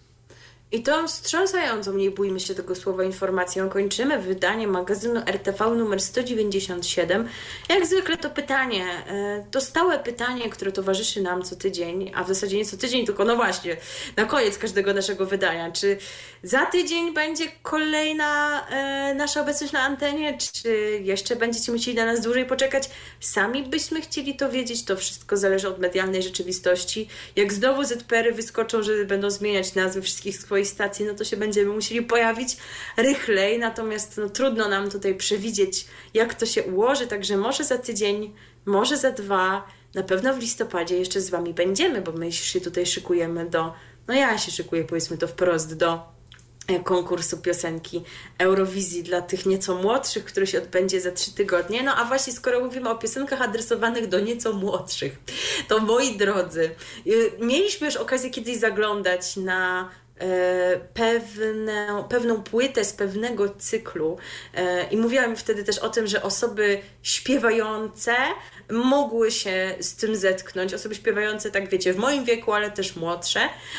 S3: I tą wstrząsającą, nie bójmy się tego słowa, informacją kończymy wydanie magazynu R T V numer sto dziewięćdziesiąt siedem. Jak zwykle to pytanie, to stałe pytanie, które towarzyszy nam co tydzień, a w zasadzie nie co tydzień, tylko no właśnie, na koniec każdego naszego wydania. Czy za tydzień będzie kolejna e, nasza obecność na antenie, czy jeszcze będziecie musieli na nas dłużej poczekać? Sami byśmy chcieli to wiedzieć, to wszystko zależy od medialnej rzeczywistości. Jak znowu Z P R-y wyskoczą, że będą zmieniać nazwy wszystkich swoich stacji, no to się będziemy musieli pojawić rychlej, natomiast no, trudno nam tutaj przewidzieć, jak to się ułoży, także może za tydzień, może za dwa, na pewno w listopadzie jeszcze z wami będziemy, bo my się tutaj szykujemy do, no ja się szykuję powiedzmy to wprost do konkursu piosenki Eurowizji dla tych nieco młodszych, który się odbędzie za trzy tygodnie. No a właśnie skoro mówimy o piosenkach adresowanych do nieco młodszych, to moi drodzy, mieliśmy już okazję kiedyś zaglądać na pewną, pewną płytę z pewnego cyklu i mówiłam wtedy też o tym, że osoby śpiewające mogły się z tym zetknąć, osoby śpiewające, tak wiecie, w moim wieku, ale też młodsze,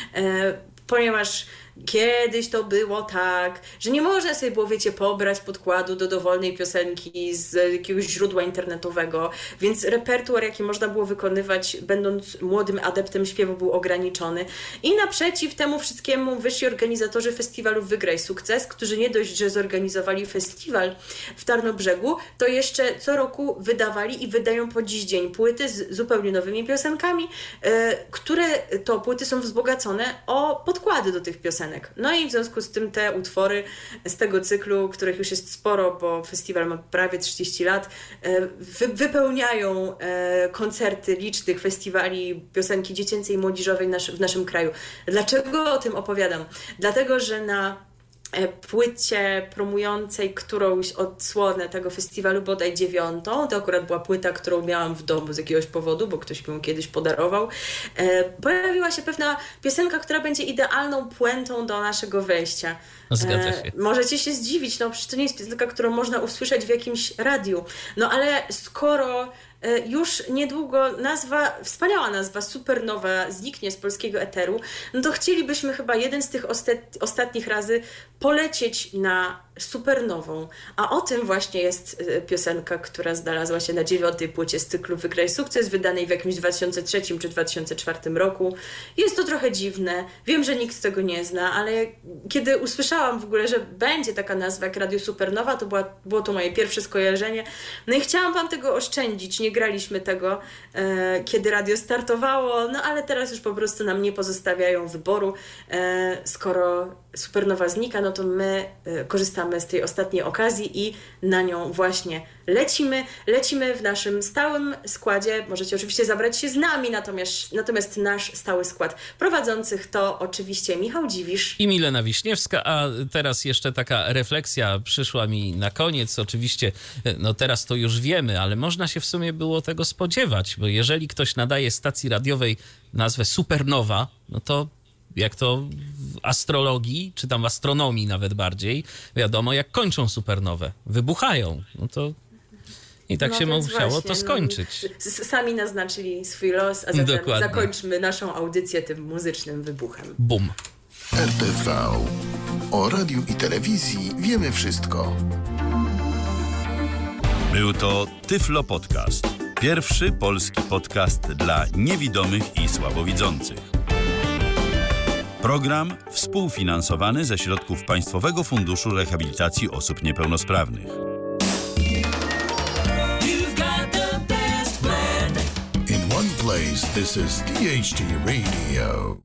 S3: ponieważ kiedyś to było tak, że nie można sobie było, wiecie, pobrać podkładu do dowolnej piosenki z jakiegoś źródła internetowego, więc repertuar, jaki można było wykonywać, będąc młodym adeptem śpiewu, był ograniczony. I naprzeciw temu wszystkiemu wyszli organizatorzy festiwalu Wygraj Sukces, którzy nie dość, że zorganizowali festiwal w Tarnobrzegu, to jeszcze co roku wydawali i wydają po dziś dzień płyty z zupełnie nowymi piosenkami, które to płyty są wzbogacone o podkłady do tych piosenek. No i w związku z tym te utwory z tego cyklu, których już jest sporo, bo festiwal ma prawie trzydzieści lat, wy- wypełniają koncerty licznych festiwali piosenki dziecięcej i młodzieżowej nasz- w naszym kraju. Dlaczego o tym opowiadam? Dlatego, że na płycie promującej którąś odsłonę tego festiwalu, bodaj dziewiątą, to akurat była płyta, którą miałam w domu z jakiegoś powodu, bo ktoś mi ją kiedyś podarował, e, pojawiła się pewna piosenka, która będzie idealną puentą do naszego wejścia.
S2: No, zgadza się.
S3: E, możecie się zdziwić, no przecież to nie jest piosenka, którą można usłyszeć w jakimś radiu. No ale skoro już niedługo nazwa, wspaniała nazwa Supernowa zniknie z polskiego eteru, no to chcielibyśmy chyba jeden z tych ostat- ostatnich razy polecieć na Supernową. A o tym właśnie jest piosenka, która znalazła się na dziewiątej płycie z cyklu Wygraj Sukces, wydanej w jakimś dwa tysiące trzecim czy dwa tysiące czwartym roku. Jest to trochę dziwne, wiem, że nikt tego nie zna, ale kiedy usłyszałam w ogóle, że będzie taka nazwa jak Radio Supernowa, to była, było to moje pierwsze skojarzenie. No i chciałam wam tego oszczędzić, nie graliśmy tego, e, kiedy radio startowało, no ale teraz już po prostu nam nie pozostawiają wyboru. E, skoro Supernowa znika, no to my e, korzystamy z tej ostatniej okazji i na nią właśnie lecimy. Lecimy w naszym stałym składzie. Możecie oczywiście zabrać się z nami, natomiast, natomiast nasz stały skład prowadzących to oczywiście Michał Dziwisz
S2: i Milena Wiśniewska, a teraz jeszcze taka refleksja przyszła mi na koniec. Oczywiście, no teraz to już wiemy, ale można się w sumie było tego spodziewać, bo jeżeli ktoś nadaje stacji radiowej nazwę Supernowa, no to jak to w astrologii, czy tam w astronomii nawet bardziej, wiadomo jak kończą supernowę. Wybuchają. No to i tak
S3: no
S2: się musiało
S3: właśnie,
S2: to skończyć.
S3: No, sami naznaczyli swój los, a zatem
S2: Dokładnie.
S3: zakończmy naszą audycję tym muzycznym wybuchem.
S2: Bum.
S4: R T V. O radiu i telewizji wiemy wszystko.
S5: Był to Tyflo Podcast. Pierwszy polski podcast dla niewidomych i słabowidzących. Program współfinansowany ze środków Państwowego Funduszu Rehabilitacji Osób Niepełnosprawnych.
S1: You've got the best blend.
S4: In one place, this is D H T Radio.